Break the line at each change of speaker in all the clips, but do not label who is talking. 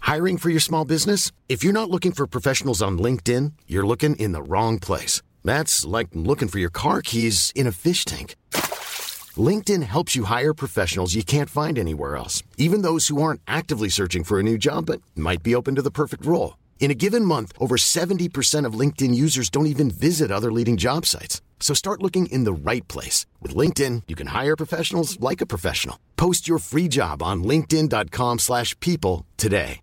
Hiring for your small business? If you're not looking for professionals on LinkedIn, you're looking in the wrong place. That's like looking for your car keys in a fish tank. LinkedIn helps you hire professionals you can't find anywhere else, even those who aren't actively searching for a new job but might be open to the perfect role. In a given month, over 70% of LinkedIn users don't even visit other leading job sites. So start looking in the right place. With LinkedIn, you can hire professionals like a professional. Post your free job on linkedin.com/people today.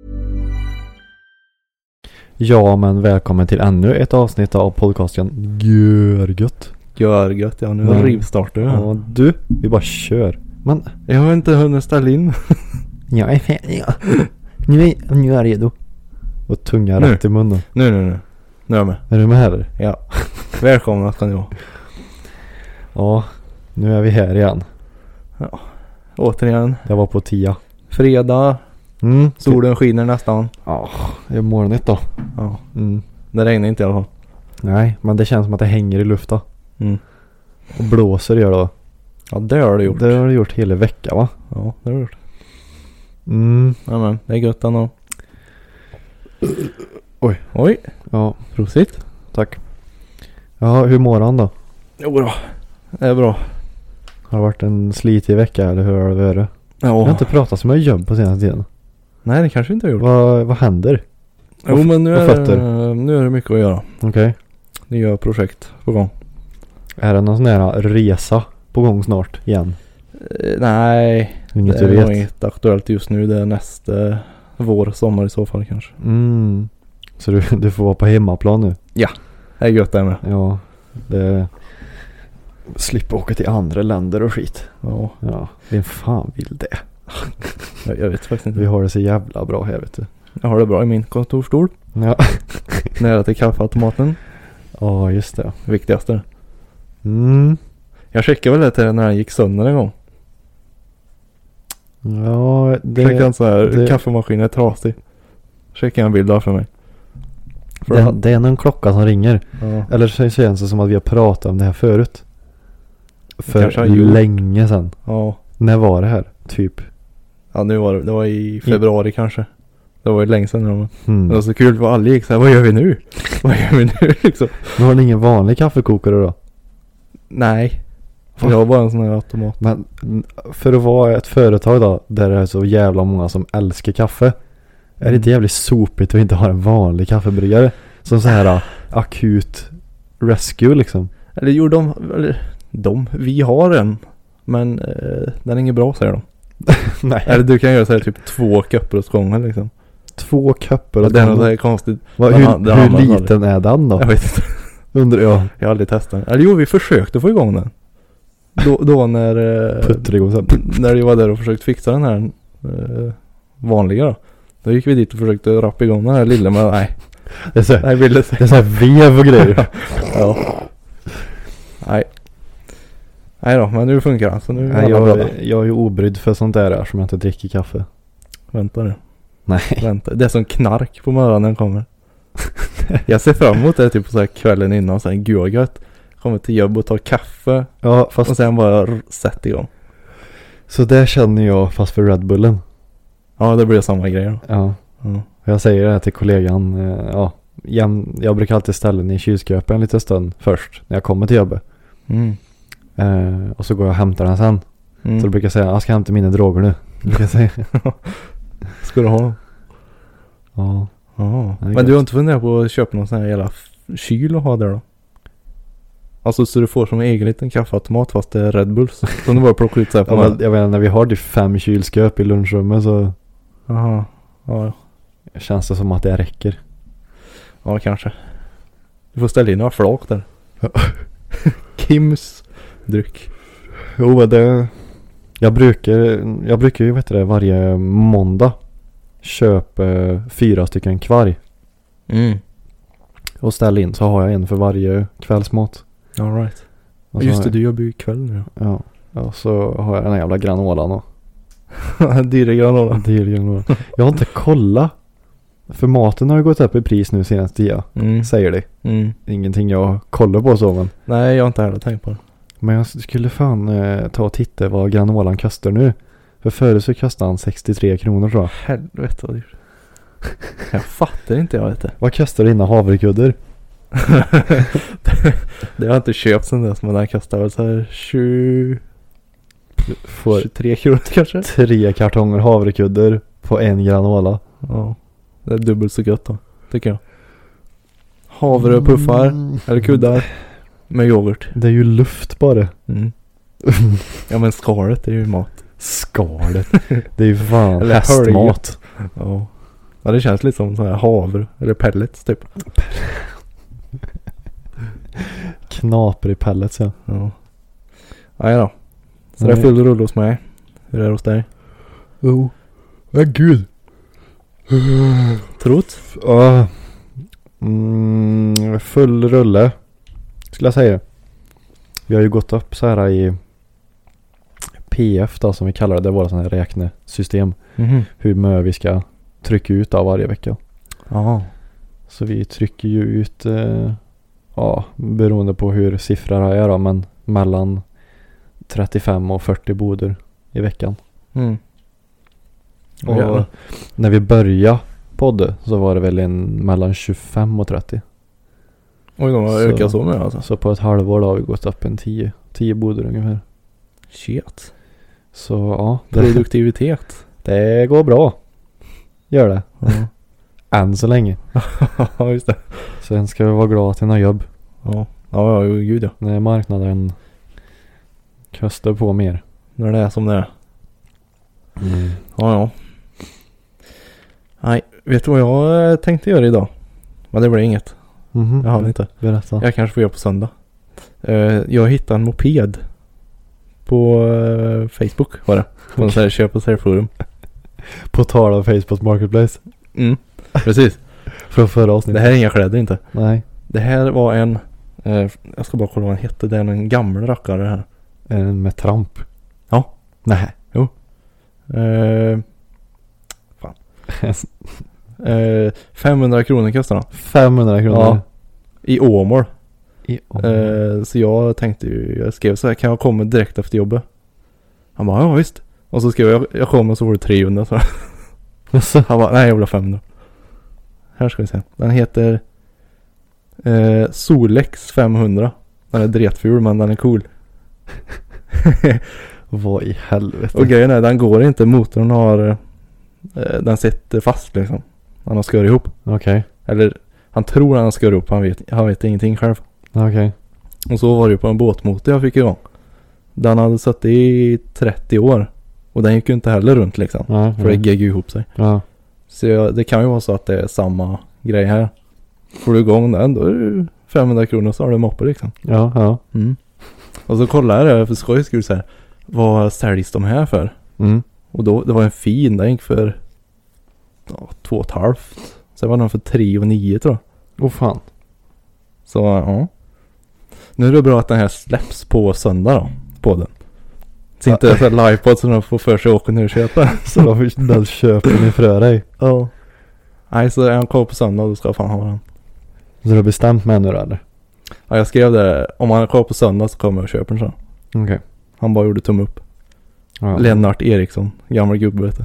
Ja, men välkommen till ännu ett avsnitt av podcasten Görgött.
Görgött, ja, nu rivstartar jag.
Ja, du, vi bara kör. Men
jag har inte hunnit ställa in.
Jag är färdig. Nu är jag redo. Och tunga
nu.
Rätt i munnen.
Nu är jag med.
Är du med här?
Ja. Välkomna ska ni vara.
Ja, nu är vi här igen.
Ja. Återigen.
Jag var på 10.
Fredag. Solen skiner nästan.
Ja, det är morgonet då.
Ja. Det regnar inte i alla fall.
Nej, men det känns som att det hänger i luften. Och blåser gör det.
Ja, det har det gjort.
Det har det gjort hela veckan, va?
Ja, det har det gjort.
Ja,
men det är gött ändå. Oj.
Ja,
prosit.
Tack. Ja, hur mår han då?
Jo då. Det är bra.
Har det varit en slitig vecka eller hur har det varit?
Ja.
Jag har inte pratat så mycket jobb på senaste tiden.
Nej, det kanske inte har gjort.
Vad händer?
Jo, men nu är det mycket att göra.
Okej.
Nya projekt på gång.
Är det någon sån här resa på gång snart igen?
Nej,
Inget
det
du
är
vet.
inte aktuellt just nu. Det är nästa vår, sommar i så fall kanske.
Så du får vara på hemmaplan nu?
Ja, det är gött det med.
Ja, det... Slippa åka till andra länder och skit. Ja, vem fan vill det?
Jag vet faktiskt inte.
Vi har det så jävla bra här, vet du.
Jag har det bra i min kontorstol.
Ja.
Nära till kaffeautomaten.
Ja, just det.
Viktigaste. Jag skickade väl det till när den gick sönder en gång.
Ja,
kaffemaskinen är trasig. Skicka en bild där för mig.
Det är någon klocka som ringer.
Ja.
Eller så känns det som att vi har pratat om det här förut. För länge sedan.
Ja.
När var det här? Typ.
Ja, det var i februari kanske. Det var ju länge sedan. Det var så kul för alla gick så här, vad gör vi nu? Liksom.
Men har ni ingen vanlig kaffekokare då?
Nej. Jag har bara en sån här automat.
Men för att vara ett företag då, där det är så jävla många som älskar kaffe, är det inte jävligt sopigt att inte ha en vanlig kaffebryggare som så här akut rescue liksom?
Vi har en, men den är inget bra, säger de.
Nej.
Eller du kan göra så här typ 2 koppar åt gången liksom.
2 koppar åt
gången? Det är konstigt.
Hur liten är den då?
Jag vet inte.
Undrar jag.
Jag har aldrig testat. Eller jo, vi försökte få igång den. Då när när vi var där och försökte fixa den här vanliga då. Då gick vi dit och försökte rappa igång den här lilla, men nej.
Det är så här vev och grejer.
Ja. Nej då, men nu funkar det. Så nu
jag är ju obrydd för sånt där som jag inte dricker kaffe.
Vänta nu.
Nej.
Vänta. Det är som knark på morgonen när den kommer. Jag ser fram emot det typ så här kvällen innan och sen gud gött. Kommer till jobb och tar kaffe.
Ja, fast...
Och sen bara sätta igång.
Så det känner jag fast för Red Bullen.
Ja, det blir samma grej då.
Ja. Jag säger det här till kollegan. Jag brukar alltid ställa den i kylskåpet en liten stund först när jag kommer till jobbet. Och så går jag och hämtar den sen. Så då brukar jag säga, jag ska hämta mina droger nu.
Ska du ha dem?
Ja.
Men du har inte funderat på att köpa någon sån här jävla kyl och ha där då? Alltså så du får som en egen liten kaffeautomat fast det är Red Bulls. Som du bara plockar ut så här på.
Jag vet när vi har 5 kylskåp i lunchrummet så...
Aha. Ja.
Känns det som att det räcker.
Ja, kanske. Du får ställa in några flak där. Kims dryck.
Jo, det... Jag brukar ju, vet du det, varje måndag köpa 4 stycken kvarg. Och ställa in, så har jag en för varje kvällsmat.
All right. Just det, du jobbar ju ikväll nu.
Ja. Ja, så har jag den här jävla granolan och
dyra granola.
Jag har inte kollat. För maten har ju gått upp i pris nu senast 10. Säger det. Ingenting jag kollar på så, men...
Nej, jag har inte heller tänkt på det.
Men jag skulle fan ta och titta vad granolan kostar nu. För förut så kostade han 63 kronor tror jag.
Helvete vad dyrt. Jag fattar inte, jag vet det.
Vad kostar dina havrekudder?
Det har jag inte köpt sen dess, men den kostar väl så här 23 kronor kanske.
3 kartonger havrekudder på 1 granola.
Ja, det är dubbelt så gött då, tycker jag. Havrepuffar eller kuddar med yoghurt.
Det är ju luft bara.
Ja, men skalet är ju mat.
Skalet. Det är ju fan
eller
hästmat.
Ja. Ja, det känns lite som sån här havre eller pellets typ.
Knaprig pellets, ja.
Ja. Nej då. Så det är full rull hos mig. Hur är det hos dig?
Oh. Ja, gud.
Trot?
Full rulle skulle jag säga. Vi har ju gått upp så här i PF då, som vi kallar det. Det är våra sådana här räknesystem. Hur mycket vi ska trycka ut av varje vecka.
Ja.
Så vi trycker ju ut beroende på hur siffrorna är då, men mellan 35 och 40 boder i veckan. Och när vi började podda så var det väl mellan 25 och 30.
Oj, de har ökat så mycket alltså.
Så på ett halvår då har vi gått upp en 10 boder ungefär.
Shit.
Så ja.
Produktivitet.
Det går bra. Gör det. Än så länge.
Ja, just det.
Sen ska vi vara glada till några jobb.
Ja, gud ja.
När marknaden kostar på mer.
När det är som det är. Ja. Nej, vet du vad jag tänkte göra idag? Men det blir inget. Jag har inte.
Berätta.
Jag kanske får göra på söndag. Jag hittade en moped på Facebook, var det. På en sån här köp- och säljforum.
På tal av Facebook Marketplace.
Precis.
Från förra avsnittet.
Det här är inga kläder inte.
Nej.
Det här var en jag ska bara kolla vad den hette. Det är en gammal rackare här.
En med tramp.
Ja.
Nej.
Jo. Fan. 500 kronor kostar den.
500 kronor?
Ja. I Åmål.
Åmål.
Så jag tänkte ju, jag skrev så här, kan jag komma direkt efter jobbet? Han bara, ja visst. Och så skrev jag kommer, så får du 300. Så. Han bara, nej jag vill ha 500. Här ska vi se. Den heter Solex 500. Den är dretful, men den är cool.
Vad i helvete.
Och grejen är, den går inte. Motorn har den sitter fast liksom. Han har skör ihop.
Okej.
Eller han tror han har skör ihop. Han vet ingenting själv.
Okej.
Och så var det ju på en båtmotor jag fick igång. Den hade suttit i 30 år. Och den gick ju inte heller runt liksom. För det gegg ju ihop sig. Ja. Så det kan ju vara så att det är samma grej här. Får du igång den, då är det 500 kronor, så har du moppe liksom.
Ja.
Och så kollade jag för skojs skull så här, vad säljs de här för? Och då, det var en fin, den gick för 2,5. Sen var den för 3,9 tror jag.
Fan.
Så ja. Nu är det bra att den här släpps på söndag då, på den. Så inte så här livepod så de får för sig åka ner och köpa.
Så då den köper ni för dig.
Ja. Nej, så är han kvar på söndag, då ska jag fan ha den.
Så du har bestämt med nu eller?
Ja, jag skrev det. Om han är kvar på söndag så kommer jag och köper den så.
Okej.
Han bara gjorde tumme upp.
Ja.
Lennart Eriksson, gammal gubbe vet du.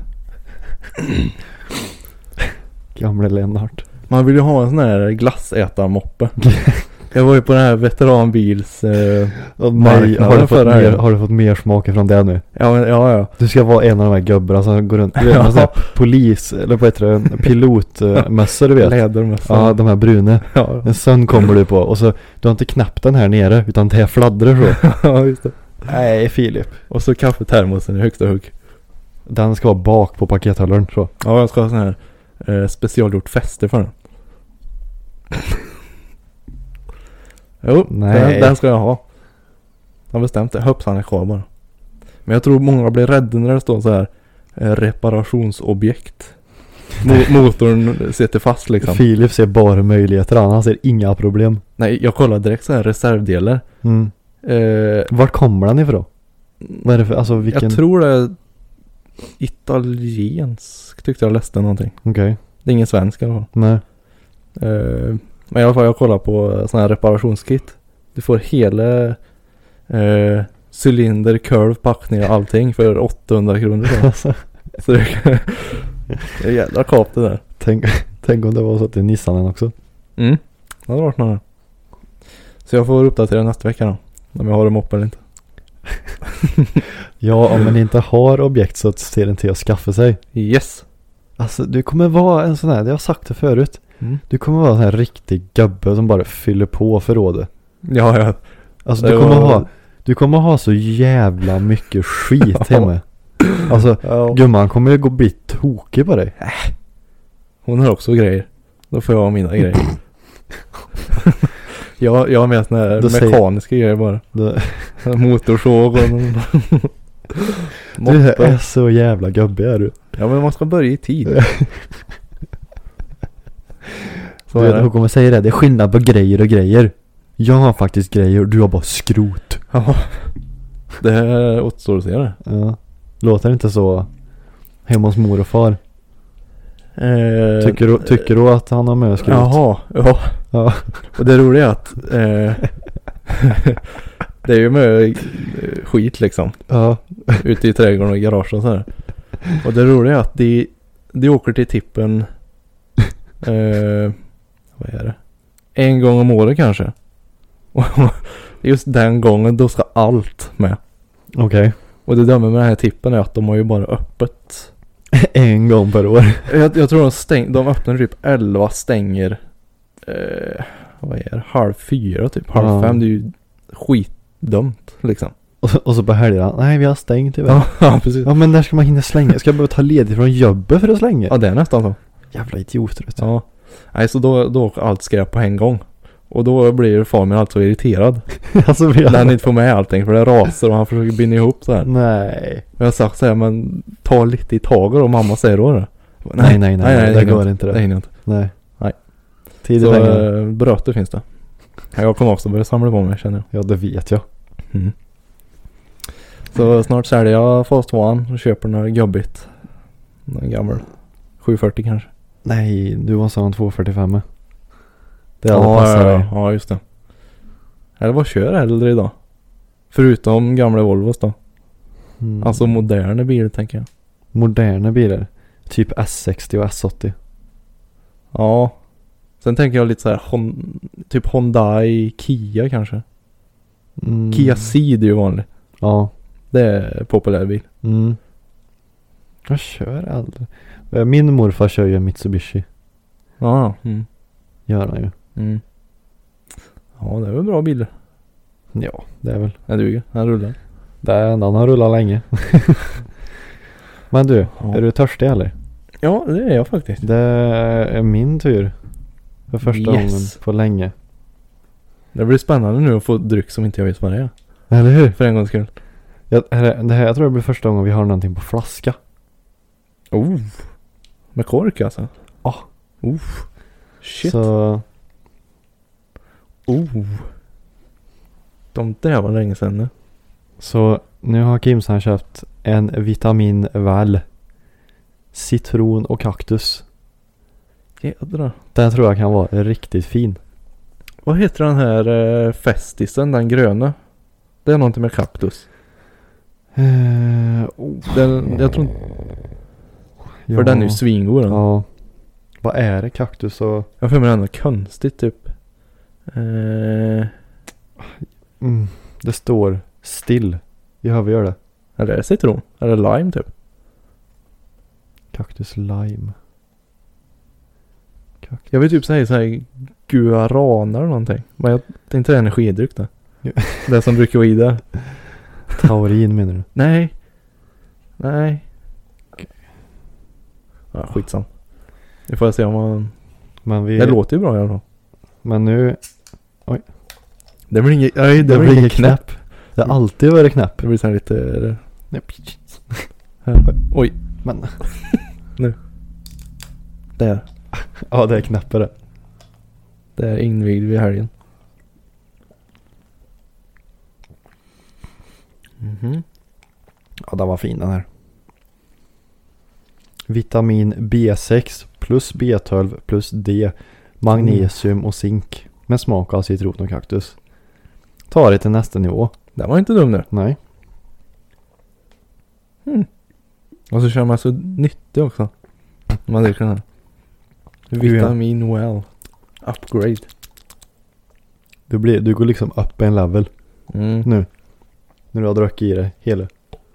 Gamle Lennart.
Man vill ju ha en sån här glassätarmoppe. Jag var ju på den här veteranbils
marknaden har du fått mer smak från det nu?
Ja.
Du ska vara en av de här gubbarna som går runt med sån här polis eller vad heter det, pilotmössor du vet.
Lädermössor.
Ja, de här bruna.
Ja.
En sen kommer du på och så du har inte knappt den här nere utan det här fladdrar så.
Ja, just det.
Nej, Filip.
Och så kaffetermosen i högsta hugg.
Den ska vara bak på pakethållaren så.
Ja, jag ska ha sån här specialgjort fäste för den. Jo, den ska jag ha. Jag har bestämt det. Hoppas han är kvar bara. Men jag tror många blir rädda när det står så här reparationsobjekt. Motorn sitter fast liksom.
Filip ser bara möjligheter, han ser inga problem.
Nej, jag kollar direkt så här reservdelar.
Vart kommer den ifrån? Vad är det för, alltså vilken?
Jag tror det är italiensk, tyckte jag läste någonting.
Okej.
Det är ingen svensk i alla fall.
Nej.
Men i alla fall jag kollar på sån här reparationskit. Du får hela cylinder, curve, packning och allting för 800 kronor. Så det är jävla kap det där.
Tänk om det var så att det är Nissanen också.
Det hade varit några. Så jag får uppdatera nästa vecka då. Om jag har dem upp eller inte.
Ja, om man inte har objekt så ser den till att skaffa sig.
Yes.
Alltså du kommer vara en sån här, jag har sagt det förut. Du kommer vara en sån här riktig gubbe som bara fyller på förrådet.
Ja.
Alltså du kommer ha så jävla mycket skit hemma. Alltså gumman kommer ju bli tokig på dig.
Hon har också grejer. Då får jag ha mina grejer. jag har med såna här mekaniska grejer bara. Motorsåg och
du är så jävla gubbig är du.
Ja, men man ska börja i tid.
Så hon kommer säga det är skillnad på grejer och grejer. Jag har faktiskt grejer och du har bara skrot.
Ja. Det är återstår att se det.
Ja. Låter inte så hemma hos mor och far? Tycker du att han har med skrot?
Jaha, ja. Och det roliga är att det är ju med skit liksom. Ja. Ute i trädgården och garage och så här. Och det roliga är att de åker till tippen vad är det? En gång om året kanske. Och just den gången då ska allt med.
Okej.
Och det dömer med den här tippen är att de har ju bara öppet
en gång per år.
Jag tror de öppnar typ 11, stänger vad är det? 3:30 typ. 4:30, det är ju skitdumt liksom.
Och så på helgerna, nej vi har stängt tyvärr.
Ja, precis.
Ja, men där ska man hinna slänga. Ska jag behöva ta ledigt från jobbet för att slänga?
Ja, det är nästan så.
Jävla idioter, vet du.
Ja. Nej, så då åker allt skräp på en gång. Och då blir far min alltså irriterad.
Alltså,
när han inte får med allting för det rasar och han försöker binda ihop så här.
Nej.
Jag har sagt så här, men ta lite i taget och mamma säger då det.
Nej, det går inte det.
Det hinner inte.
Nej.
Tid så bröter finns det. Jag kommer också börja samla på mig, känner jag.
Ja, det vet jag.
Så snart säljer jag Fast One och köper några gubbigt. En gammal 740 kanske.
Nej, du var sån 245. Det hade passat dig.
Ja, just det. Eller vad kör äldre idag? Förutom gamla Volvos då. Alltså moderna bilar tänker jag.
Moderna bilar? Typ S60 och S80.
Ja. Sen tänker jag lite så här typ Hyundai, Kia kanske. Kia Ceed är ju vanlig. Ja. Det är populär bil.
Jag kör äldre. Min morfar kör ju Mitsubishi.
Ja.
Gör han ju.
Ja, det är väl bra bilar.
Ja, det är väl.
Jag duger. Han rullar.
Den har rullat länge. Men du, är du törstig eller?
Ja, det är jag faktiskt.
Det är min tur. För första gången på länge.
Det blir spännande nu att få dryck som inte jag vet vad det är.
Eller hur?
För en gångs skull.
Jag tror det blir första gången vi har någonting på flaska.
Med kork alltså?
Ja.
Shit.
Så...
De där var länge sedan nu.
Så nu har Kimsan köpt en Vitamin Val. Citron och kaktus.
Jädra.
Den tror jag kan vara riktigt fin.
Vad heter den här festisen, den gröna? Det är någonting med kaktus. Jag tror inte... För den är ju svingod.
Ja. Vad är det? Kaktus och...
Jag får med den konstigt typ.
Det står still. Vi gör det.
Eller är det citron? Eller lime typ?
Kaktus lime.
Jag vill typ säga så här guarana eller någonting. Men jag tänkte det är energidryck då. Det som brukar vara i där.
Taurin menar du?
Nej. Ja, skitsam. Nu får jag se om man... Det låter ju bra i alla fall.
Men nu... Oj.
Det blir inget knäpp.
Det har alltid varit knäpp.
Det blir så här lite... Oj.
Men...
Nu. Där.
Ja, det är knäppare.
Det är invigd vid helgen.
Ja, den var fin den här. Vitamin B6 plus B12 plus D, magnesium och zink med smak av citron och kaktus. Ta det till nästa nivå.
Det var inte dum nu.
Nej.
Och så kör man så nyttig också. Man dricker den här. Vitamin well. Upgrade.
Du går liksom upp en level. Nu. När du har druckit i det hela.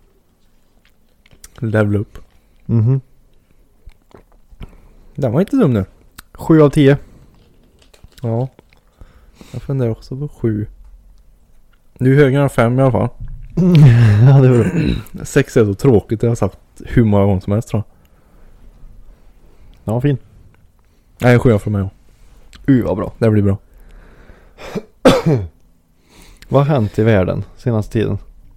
Level up.
Mhm.
Den var inte dum nu.
7 av 10.
Ja. Jag funderar också på 7. Du är högre än 5 i alla fall.
Ja, det var det.
6 är så tråkigt. Det har jag sagt hur många gånger som helst, tror jag.
Ja, fin.
Nej, 7 för mig.
Vad bra.
Det blir bra.
Vad har hänt i världen senaste tiden?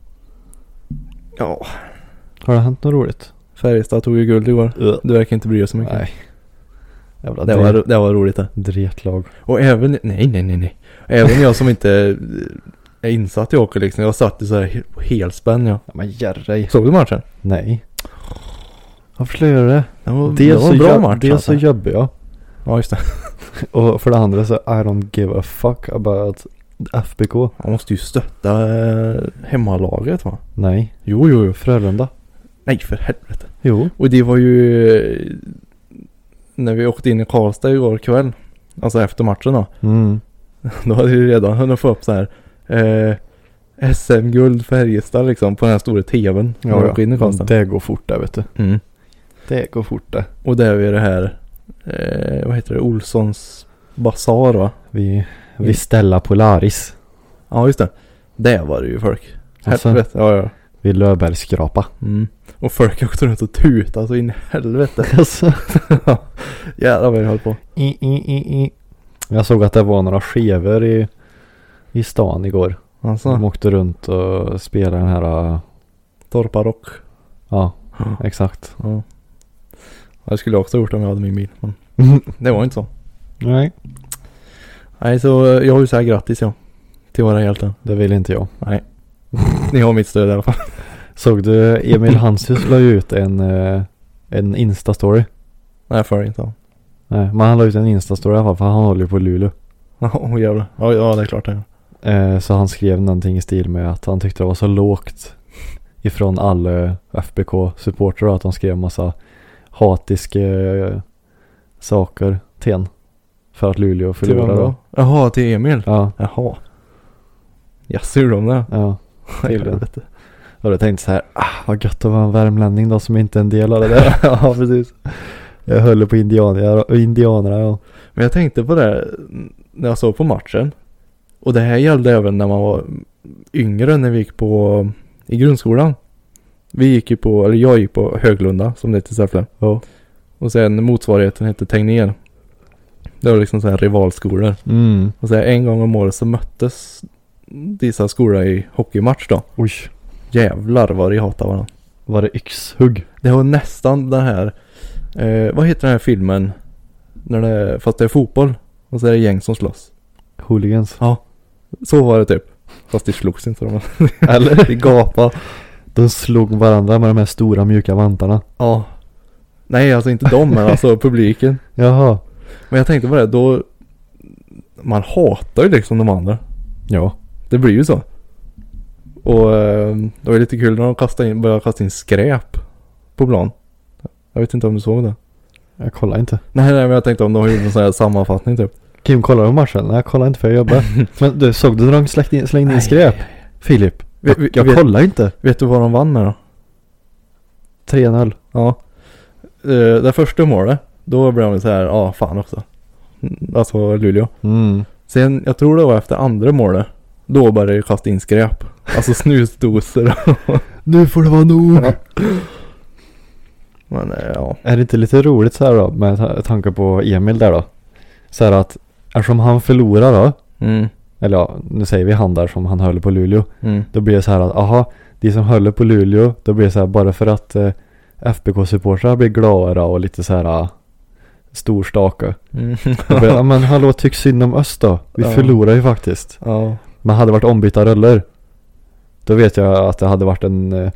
Ja.
Har det hänt något roligt?
Färjestad tog ju guld igår. Du verkar inte bry dig så mycket.
Nej. Jävla
det var roligt det.
Dretlag.
Och även, nej. Även jag som inte är insatt i hockey liksom. Jag satt i så här helspänn, ja.
Men järrej.
Såg du matchen?
Nej. Varför skulle jag göra det?
Det var en bra match.
Det är så jobbig, ja.
Ja, just det.
Och för det andra så I don't give a fuck about FBK.
Man måste ju stötta hemmalaget, va?
Nej.
Jo.
Frölunda.
Nej, för helvete.
Jo.
Och det var ju när vi åkte in i Karlstad igår kväll. Alltså efter matchen då. Då hade vi redan hunnit få upp så här SM-guld Färjestad liksom på den här stora tvn.
Ja. Det går fort där, vet du. Det går fort där.
Och där är det här vad heter det? Olssons basar, va?
Vi ställa Polaris.
Ja, just det. Det var det ju folk.
Alltså,
helvete. Ja.
Vi Löfbergsskrapa.
Och folk åkte runt och tutade så in i helvete.
Alltså.
Jävlar vad jag höll på.
Jag såg att det var några skevor i stan igår.
Alltså.
De åkte runt och spelade den här
Torparock.
Ja, exakt.
Ja. Jag skulle också gjort det om jag hade min bil. Men det var inte så. Nej, så jag vill säga grattis, ja. Till våra hjältar.
Det vill inte jag.
Nej. Ni har mitt stöd i alla fall.
Såg du Emil Hanshus la ut en Insta-story?
Nej, för inte.
Nej, men han la ut en Insta-story i alla fall, för han håller ju på Luleå.
Ja, jävlar. Ja, det är klart det.
Så han skrev någonting i stil med att han tyckte det var så lågt ifrån alla FBK-supportrar att de skrev massa hatiska saker till en för att Luleå förlorade då.
Jaha, till Emil?
Ja.
Jaha. Jag sur om det.
Ja. Och då tänkte så här, vad gött att vara en värmlänning då som inte är en del av det där. Ja, precis. Jag höll på indianerna, ja.
Men jag tänkte på det när jag såg på matchen. Och det här gällde även när man var yngre, när vi gick i grundskolan. Jag gick på Höglunda, som det heter i Säffle.
Ja.
Och sen motsvarigheten hette Tegnér. Det var liksom så här rivalskolor. Och så här, en gång om året så möttes dessa skolor i hockeymatch då.
Oj.
Jävlar vad de hatar varandra.
Var det yxhugg?
Det var nästan den här vad heter den här filmen fast det är fotboll och så är det gäng som slåss.
Hooligans.
Ja. Så var det typ. Fast det slogs inte de.
Eller?
Det gapade.
De slog varandra med de här stora mjuka vantarna.
Ja. Nej, alltså inte de, men alltså publiken.
Jaha.
Men jag tänkte på det, då man hatar ju liksom de andra.
Ja.
Det blir ju så. Och det var lite kul när de började kasta in skräp på plan. Jag vet inte om du såg det.
Jag kollar inte.
Nej, men jag tänkte om de gjorde en sån här sammanfattning typ.
Kim, kollar du matchen? Nej, jag kollar inte för jag jobbar. Men du, såg du när de slängde in skräp? Nej. Filip, jag kollar inte.
Vet du vad de vann med då?
3-0.
Ja. Det första målet, då blev de så här, fan också. Alltså Luleå. Sen, jag tror det var efter andra målet, då började jag kasta in skräp. Alltså snusdoser.
Nu får det vara nog.
Men ja.
Är det inte lite roligt så här då, med tanke på Emil där då? Så här att, eftersom han förlorar då, eller ja, nu säger vi han där som han höll på Luleå. Då blir det så här att, de som höll på Luleå, då blir det så här, bara för att FBK-supportrar blir glada och lite så här storstaka. Men hallå, tyck synd om oss då. Vi förlorar ju faktiskt.
Ja.
Men hade det varit ombytta roller, då vet jag att det hade varit en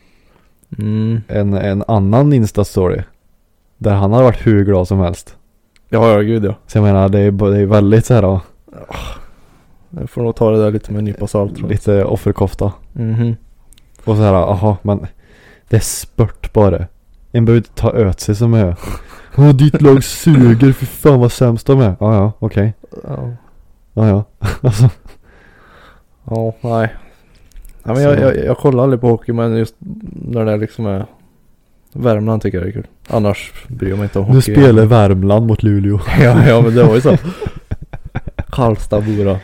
annan Insta-story där han hade varit hur glad som helst.
Ja, gud ja.
Så jag menar, det är väldigt så här då.
Jag får nog ta det där lite med en nypa salt, tror jag.
Lite offerkofta. Och så här, men det är spurt bara. En behöver inte ta öt sig som jag. Ditt lag suger, för fan vad sämst de är. Ja, okej. Ja. Alltså.
Ja, nej. Ja, men jag kollar aldrig på hockey, men just när det liksom är Värmland tycker jag det är kul. Annars bryr jag mig inte om hockey.
Nu spelar Värmland mot Luleå.
ja, men det var ju så. Karlstad-Bora.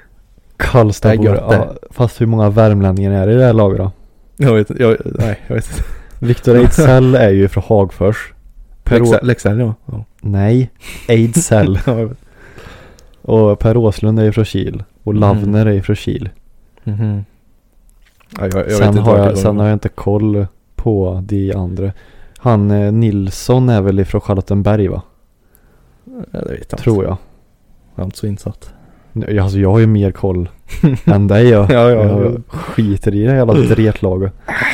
Ja, fast hur många värmlänningar är det i det här laget då?
Jag vet inte.
Viktor Ejdsell är ju från Hagfors.
Leksell, ja.
Nej, Ejdsell. Och Per Åslund är ju från Kil. Och Lavner är ju från Kil.
Mhm. Ja,
Sen har jag inte koll på de andra. Han Nilsson är väl ifrån Charlottenberg, va?
Ja, det vet jag.
Tror jag.
Jag är inte så insatt.
Alltså jag har ju mer koll än dig. Jag skiter i det jävla dretlaget.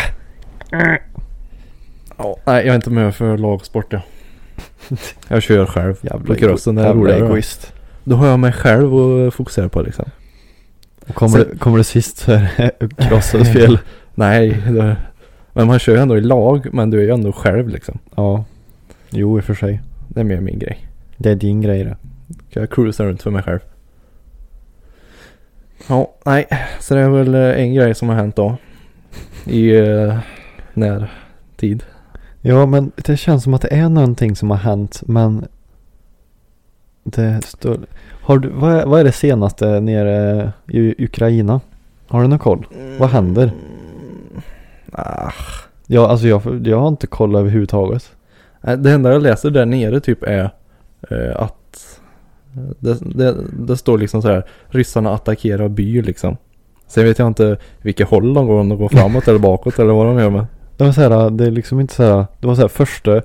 Ja, nej, jag är inte med för lagsport, ja. Jag kör själv.
Jävla
crossen är
jävla
roligare.
egoist.
Då har jag mig själv att fokusera på liksom.
Kommer det sist så är det crossens fel.
Nej, men man kör ju ändå i lag, men du är ju ändå själv liksom.
Ja. Jo, i och för sig.
Det är mer min grej.
Det är din grej det.
Jag cruisar runt för mig själv. Ja, nej. Så det är väl en grej som har hänt då. I närtid.
Ja, men det känns som att det är någonting som har hänt, men det står... Vad är det senaste nere i Ukraina? Har du någon koll? Vad händer? Ja, alltså jag har inte koll överhuvudtaget.
Det enda jag läser där nere typ är att det står liksom så här: ryssarna attackerar by liksom. Sen vet jag inte vilka håll de går, om de går framåt eller bakåt eller vad de gör med.
Det var så här, det är liksom inte så här, det var så här första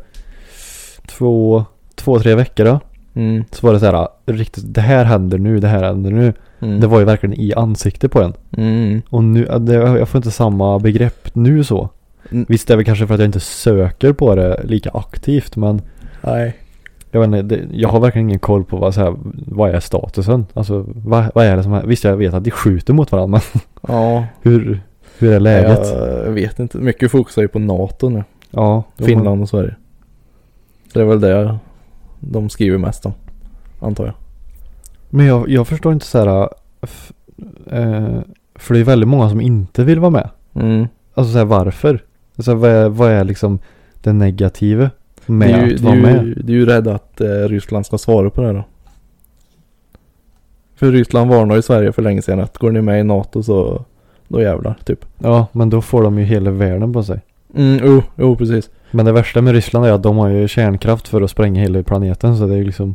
2-3 veckor då. Så var det så här riktigt, det här händer nu. Det var ju verkligen i ansiktet på en. Och nu, jag får inte samma begrepp nu så. Visst, det är väl kanske för att jag inte söker på det lika aktivt, men
nej.
Jag vet inte, jag har verkligen ingen koll på vad är statusen. Alltså, vad är det som är? Visst, jag vet att de skjuter mot varandra, men
ja.
hur är läget?
Jag vet inte. Mycket fokus är ju på NATO nu.
Ja.
Finland och Sverige. Så det är väl det de skriver mest om, antar jag.
Men jag förstår inte så här, för det är väldigt många som inte vill vara med. Alltså så här, varför? Alltså, vad är liksom det negativa med att vara med?
Du är ju rädd att Ryssland ska svara på det då. För Ryssland varnar i Sverige för länge sedan att går ni med i NATO så då jävlar typ.
Ja, men då får de ju hela världen på sig.
Jo, precis.
Men det värsta med Ryssland är att de har ju kärnkraft för att spränga hela planeten, så det är ju liksom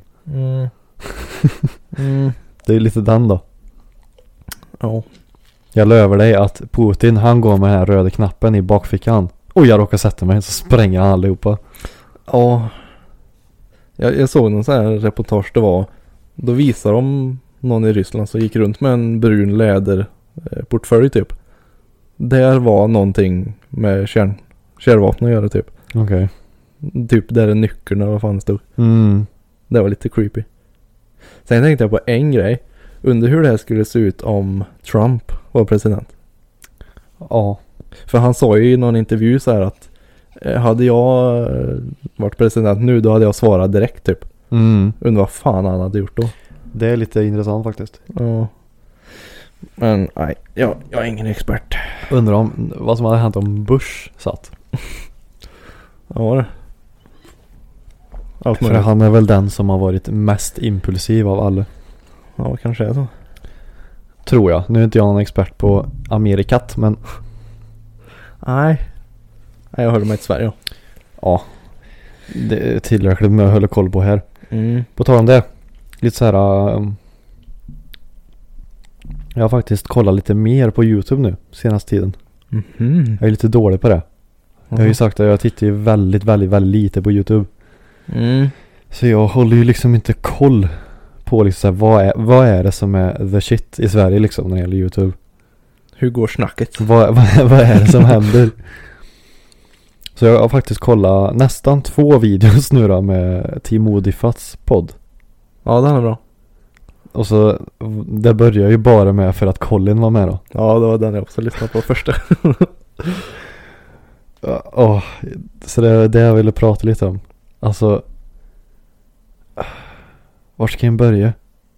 det är lite den då.
Ja.
Jag lovar dig att Putin, han går med den här röda knappen i bakfickan. Och jag råkar sätta mig, så spränger han allihopa.
Ja. Jag såg någon sån här reportage, då visar de någon i Ryssland som gick runt med en brun läderportfölj typ. Där var någonting med kärnvapen att göra typ.
Okej.
Typ där är nyckeln, vad fan det stod. Det var lite creepy. Sen tänkte jag på en grej. Undrar hur det här skulle se ut om Trump var president.
Ja.
För han sa ju i någon intervju så här att hade jag varit president nu, då hade jag svarat direkt typ. Undrar vad fan han hade gjort då.
Det är lite intressant faktiskt.
Ja. Men nej, jag är ingen expert.
Undrar vad som hade hänt om Bush satt.
Ja, det.
För han är väl den som har varit mest impulsiv av alla.
Ja, kanske är så.
Tror jag. Nu är inte jag någon expert på Amerikat, men
nej, jag håller mig till Sverige.
Ja. Det är tillräckligt med att hålla koll på här. På tal om det. Lite så här. Jag har faktiskt kollat lite mer på YouTube nu senaste tiden. Jag är lite dålig på det. Jag har ju sagt att jag tittar ju väldigt, väldigt, väldigt lite på YouTube. Så jag håller ju liksom inte koll på liksom vad är det som är the shit i Sverige liksom när det gäller YouTube.
Hur går snacket?
Vad är det som händer? Så jag har faktiskt kollat nästan 2 videos nu då med Timo Diffats podd.
Ja, den är bra. Och
så det börjar ju bara med för att Colin var med då.
Ja, det var den jag också lyssnade på första.
Så det är det jag ville prata lite om. Alltså, Var ska jag börja?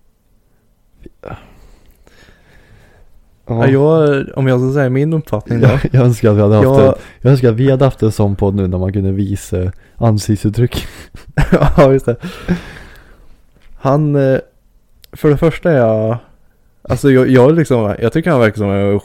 Ja. Om jag ska säga min uppfattning då.
Jag önskar att vi hade haft jag önskar att vi hade haft en sån podd nu när man kunde visa ansiktsuttryck.
Ja, just det. Han, för det första är jag, alltså jag tycker han verkar som en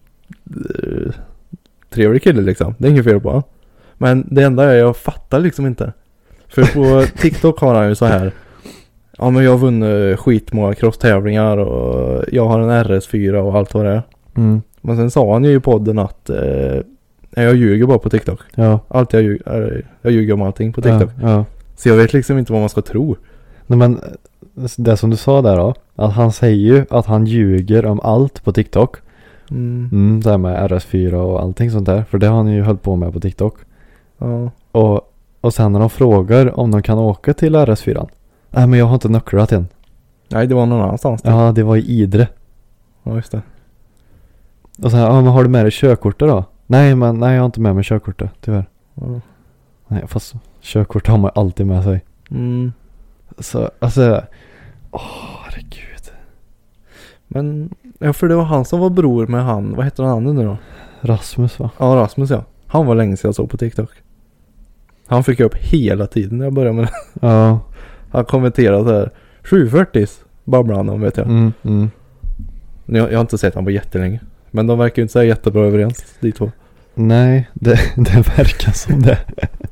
trevlig kille liksom. Det är inget fel på han. Men det enda är jag fattar liksom inte. För på TikTok har han ju så här: ja, men jag har vunnit skitmånga crosstävlingar och jag har en RS4 och allt vad det är.
Mm.
Men sen sa han ju i podden att jag ljuger bara på TikTok.
Ja.
Allt jag ljuger om allting på TikTok.
Ja.
Så jag vet liksom inte vad man ska tro.
Nej, men det som du sa där då, att han säger ju att han ljuger om allt på TikTok. Det här med RS4 och allting sånt där. För det har han ju hållit på med på TikTok.
Ja.
Och sen när de frågar om de kan åka till RS4. Nej, men jag har inte nycklat än.
Nej, det var någon annanstans.
Ja, det var i Idre.
Ja, just det.
Och sen, men har du med dig körkortet då? Nej, jag har inte med mig körkortet, tyvärr.
Ja.
Nej, fast körkort har man alltid med sig. Så, alltså, herregud.
Men, ja, för det var han som var bror med han, vad heter han nu då?
Rasmus, va?
Ja, Rasmus, ja. Han var länge sedan jag såg på TikTok. Han fick upp hela tiden när jag började med det.
Ja.
Han kommenterade så här: 740 babblar han om, vet jag. Jag har inte sett han på jättelänge. Men de verkar ju inte säga jättebra överens, de två.
Nej, det verkar som det.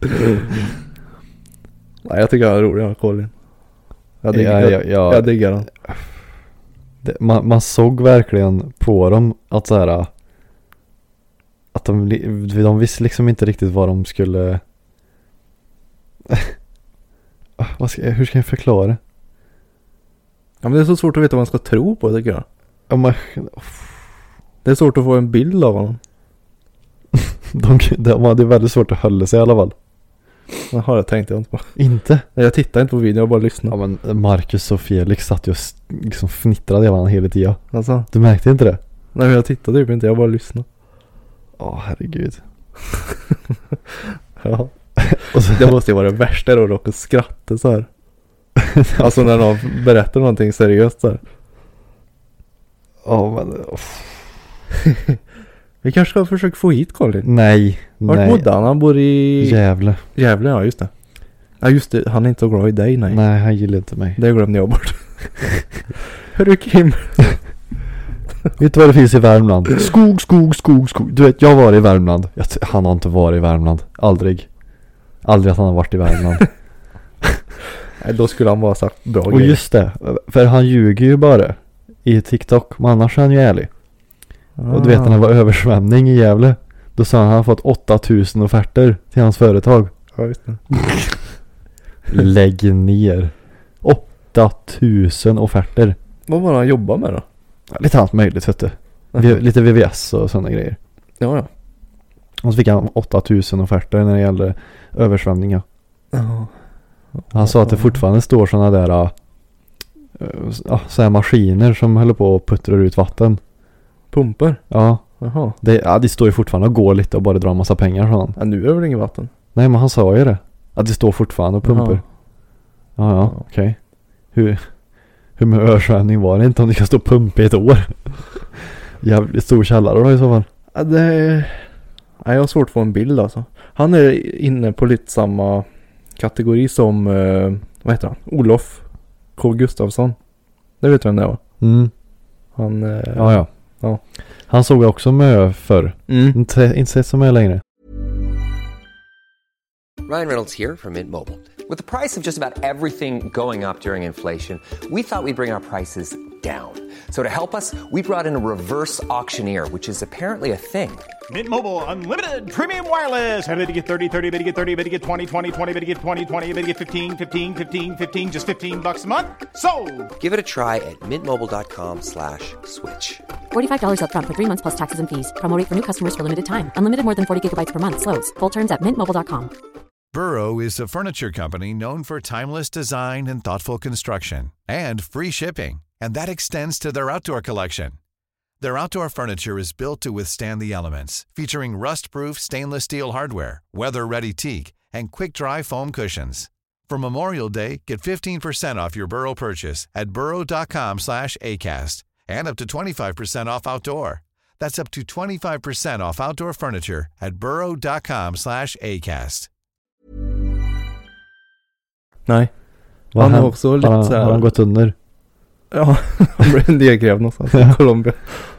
Nej, jag tycker han är rolig, han Colin. Jag diggar han.
Man såg verkligen på dem att så här, att de visste liksom inte riktigt vad de skulle. Hur ska jag förklara?
Ja, men det är så svårt att veta vad man ska tro på, tycker jag.
Ja,
det är svårt att få en bild av honom.
Det är väldigt svårt att hålla sig i alla fall.
Jaha, det tänkte jag inte på.
Inte?
Nej, jag tittade inte på videon, jag bara lyssnade.
Ja, men Marcus och Felix satt ju liksom fnittrade i varandra hela tiden.
Alltså?
Du märkte inte det?
Nej, men jag tittade typ inte, jag bara lyssnade.
Herregud.
Ja. Och så, det måste ju vara det värsta då, att skratta så här. Alltså när någon berättar någonting seriöst så här.
Ja, men
vi kanske ska försöka få hit Colin.
Nej.
Vart bodde han? Han bor i
Gävle,
ja, just det. Ja, just det, han är inte så glad i dig, nej.
Nej, han gillar inte mig.
Det glömde jag bort. Hörru Kim.
Vet du vad det finns i Värmland? Skog. Du vet, jag var i Värmland. Han har inte varit i Värmland. Aldrig att han har varit i Värmland.
Nej, då skulle han vara sagt bra
Och
grejer.
just det, för han ljuger ju bara i TikTok, men annars är han ju ärlig. Och du vet, när det var översvämning i Gävle, då sa han har fått 8000 offerter till hans företag.
Ja, just det.
Lägg ner. 8000 offerter.
Vad var det han jobbade med då?
Lite allt möjligt, vet du. Lite VVS och sådana grejer.
Ja.
Och så fick han 8000 offerter när det gällde översvämningar.
Ja.
Han sa att det fortfarande står sådana där så här maskiner som håller på och puttrar ut vatten.
Pumpar?
Ja.
Jaha.
Det står ju fortfarande och går lite och bara drar en massa pengar från han.
Ja, nu är det väl inget vatten?
Nej, men han sa ju det. Att det står fortfarande och pumpar. Ja, okej. Hur med översvämning var det inte om det kan stå pump i ett år? Jävligt stor källare då i så fall.
Ja, jag har svårt att få en bild alltså. Han är inne på lite samma kategori som vad heter han? Olof K. Gustafsson. Det vet du vem det var? Han
Ja. Han såg jag också med förr. Inte sett så med längre.
Ryan Reynolds here from Mint Mobile. With the price of just about everything going up during inflation, we thought we'd bring our prices down. So to help us, we brought in a reverse auctioneer, which is apparently a thing.
Mint Mobile Unlimited Premium Wireless. How to get 30, 30, bit to get 30, bit to get 20, 20, 20, bit to get 20, 20, bit to get 15, 15, 15, 15, just $15 a month? Sold!
Give it a try at mintmobile.com/switch.
$45 up front for 3 months plus taxes and fees. Promo rate for new customers for limited time. Unlimited more than 40 gigabytes per month. Slows full terms at mintmobile.com.
Burrow is a furniture company known for timeless design and thoughtful construction and free shipping. And that extends to their outdoor collection. Their outdoor furniture is built to withstand the elements, featuring rust-proof stainless steel hardware, weather-ready teak, and quick-dry foam cushions. For Memorial Day, get 15% off your Burrow purchase at burrow.com/ACAST and up to 25% off outdoor. That's up to 25% off outdoor furniture at burrow.com/ACAST.
Nej. Han är också lite så här...
Har han gått under?
Ja, han blev nedgrävd någonstans i Colombia.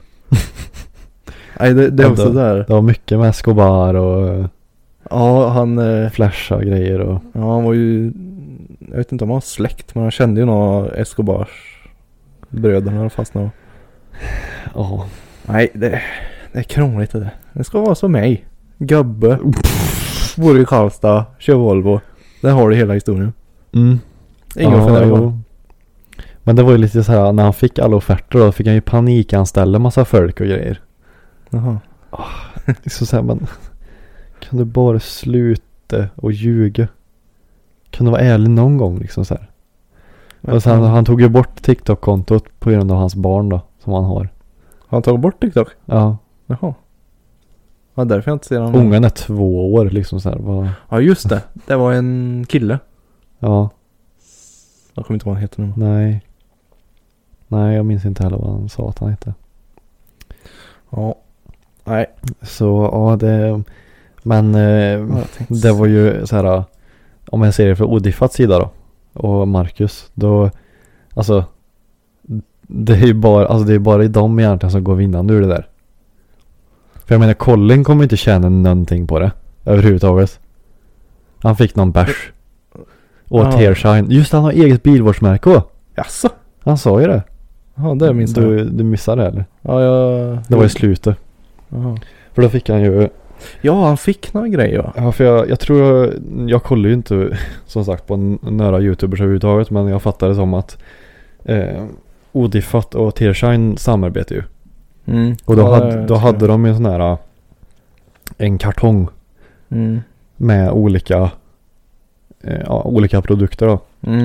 Nej, det är också där.
Det var mycket med Escobar och...
Ja, han...
flasha grejer och...
Ja, han var ju... Jag vet inte om han var släkt, men han kände ju några Escobars bröderna fastnade.
Ja.
Nej, det är krångligt det. Det ska vara som mig. Gubbe. Bor i Karlstad. Kör Volvo. Där har du hela historien. Ingen fundering.
Men det var ju lite så här, när han fick alla offerter då fick han ju panikanställa massa folk och grejer.
Jaha.
Så här, men kan du bara sluta och ljuga? Kan du vara ärlig någon gång liksom så här? Och sen han tog ju bort TikTok-kontot på grund av hans barn då, som han har.
Har han tagit bort TikTok?
Ja.
Jaha. Ja, därför jag inte ser han.
Ungen är 2 år liksom så här.
Ja, just det. Det var en kille.
Ja.
Jag kommer inte ihåg vad han heter nu.
Nej, jag minns inte heller vad han sa att han hette.
Ja. Nej.
Så, ja det... Men det var ju så här, om jag ser det för Odiffats sida då och Marcus, då alltså det är ju bara i dem egentligen som går vinnande ur det där. För jag menar, Colin kommer inte tjäna någonting på det överhuvudtaget. Han fick någon bärs och Tearshine. Just han har eget bilvårdsmärke.
Jaså?
Han sa ju det.
Ja, det minns jag.
Du missade det eller?
Ja,
det var i slutet.
Aha.
För då fick han ju...
Ja, han fick några grejer va?
Ja, för jag tror jag kollar ju inte som sagt på några YouTubers överhuvudtaget, men jag fattade som att Odiffat och Tearshine samarbetar ju. Och då hade de ju sån här en kartong med olika produkter då.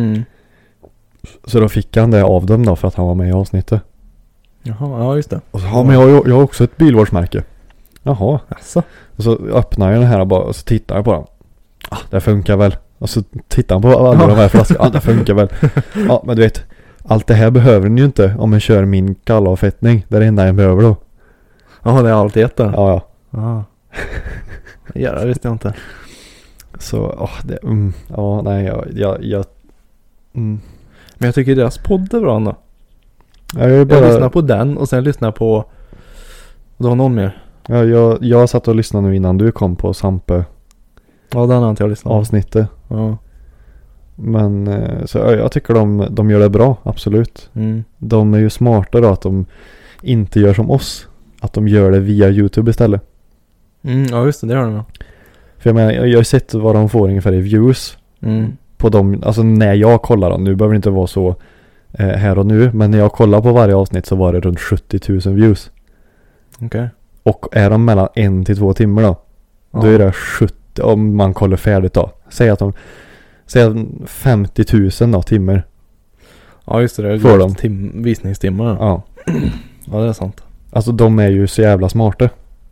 Så då fick han det av dem då för att han var med i avsnittet.
Jaha, ja just det.
Och så, men jag har också ett bilvårdsmärke. Jaha.
Alltså.
Och så öppnar jag den här och så tittar jag på den. Det funkar väl. Och så tittar han på alla de här flaskorna. Det funkar väl. Ja, men du vet, allt det här behöver ni ju inte om man kör min kallavfettning. Det är det enda jag behöver då.
Ja, det är allt ett där.
Ja.
Ja, det visste jag inte.
Så, Men
jag tycker deras podd är bra ändå.
Jag
lyssnar på den och sen lyssnar på... Det var någon mer.
Ja, jag satt och lyssnade nu innan du kom på Sampe.
Ja, den har inte jag lyssnat på.
Avsnittet.
Ja.
Men så jag tycker de gör det bra, absolut. De är ju smarta då att de inte gör som oss. Att de gör det via YouTube istället.
Ja, just det har de.
För jag menar, jag har sett vad de får ungefär i views. På dem, alltså när jag kollar dem. Nu behöver det inte vara så här och nu. Men när jag kollar på varje avsnitt så var det runt 70 000 views.
Okej.
Och är de mellan 1 till 2 timmar då? Ja. Då är det 70, om man kollar färdigt då. Säg 50 000 då, timmar.
Ja just det,
för dem.
Visningstimmar.
Ja.
Ja, det är sant.
Alltså de är ju så jävla smarta.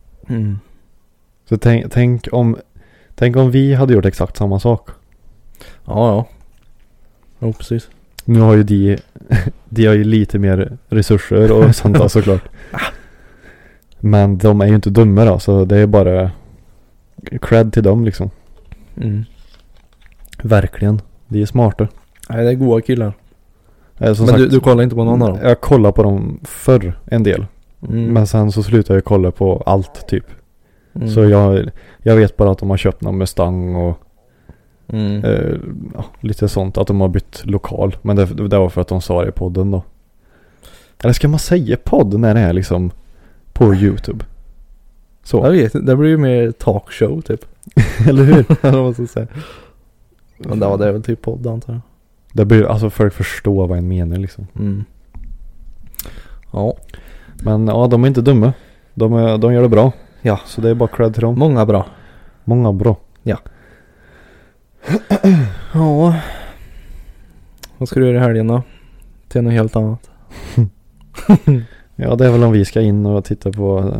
Så tänk om vi hade gjort exakt samma sak.
Ja, precis.
Nu har ju de har ju lite mer resurser och sånt där såklart. Men de är ju inte dumma då, så det är bara cred till dem liksom. Verkligen. De är smarta.
Nej, det är goda killar.
Men
sagt, du kollar inte på någon av dem?
Jag kollar på dem förr en del. Men sen så slutar jag kolla på allt typ. Så jag vet bara att de har köpt någon Mustang och lite sånt. Att de har bytt lokal. Men det var för att de sa det i podden då. Eller ska man säga podd när det är liksom på YouTube? Så.
Jag vet, det blir ju mer talkshow typ.
Eller hur?
Eller vad ska säga. Men det är väl typ podd antar jag.
Det blir, alltså folk förstår vad en menar liksom.
Ja.
Men ja, de är inte dumma. De gör det bra. Ja. Så det är bara cred till dem.
Många bra.
Ja.
Ja. Vad ska du göra i helgen då? Till något helt annat.
Ja, det är väl om vi ska in och titta på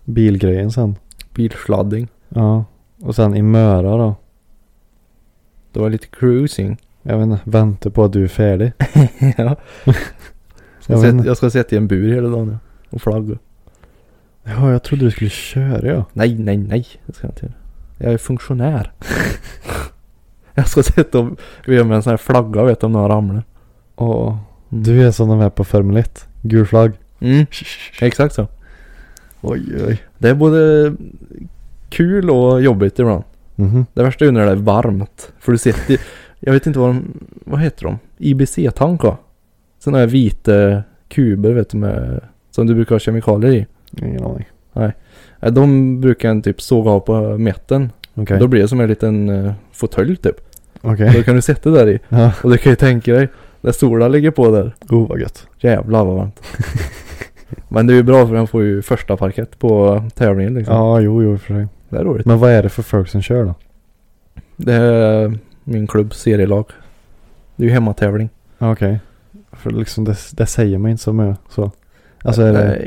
bilgrejen sen.
Bilsladding.
Ja. Och sen i Möra då.
Det var lite cruising.
Jag vet inte, vänta på att du är färdig.
Ja. Jag ska sätta i en bur hela dagen och flagga.
Ja, jag trodde du skulle köra, ja.
Nej. Det ska jag inte. Jag är funktionär. Jag ska sätta och göra med en sån här flagga, vet du, om någon ramlar.
Du är som de här på Formel 1. Gul flagg.
Exakt så.
Oj.
Det är både kul och jobbigt ibland. Det värsta är när det är varmt. För du sitter, jag vet inte vad heter de? IBC-tank, va? Sådana här vita kuber, vet du, med, som du brukar ha kemikalier i.
Ingen aning.
Nej. De brukar en typ såga av på mitten.
Okay.
Då blir det som en liten fåtölj typ.
Okay.
Då kan du sätta där i.
Ja.
Och det kan ju tänka dig, när solen ligger på där.
Vad gött.
Jävlar vad varmt. Men det är ju bra för den får ju första parkett på tävlingen liksom.
Ja, jo för sig.
Det är roligt.
Men vad är det för folk som kör då?
Det är min klubbs serielag. Det är ju hemmatävling.
Okej. För liksom det säger man inte så mycket så. Alltså är det...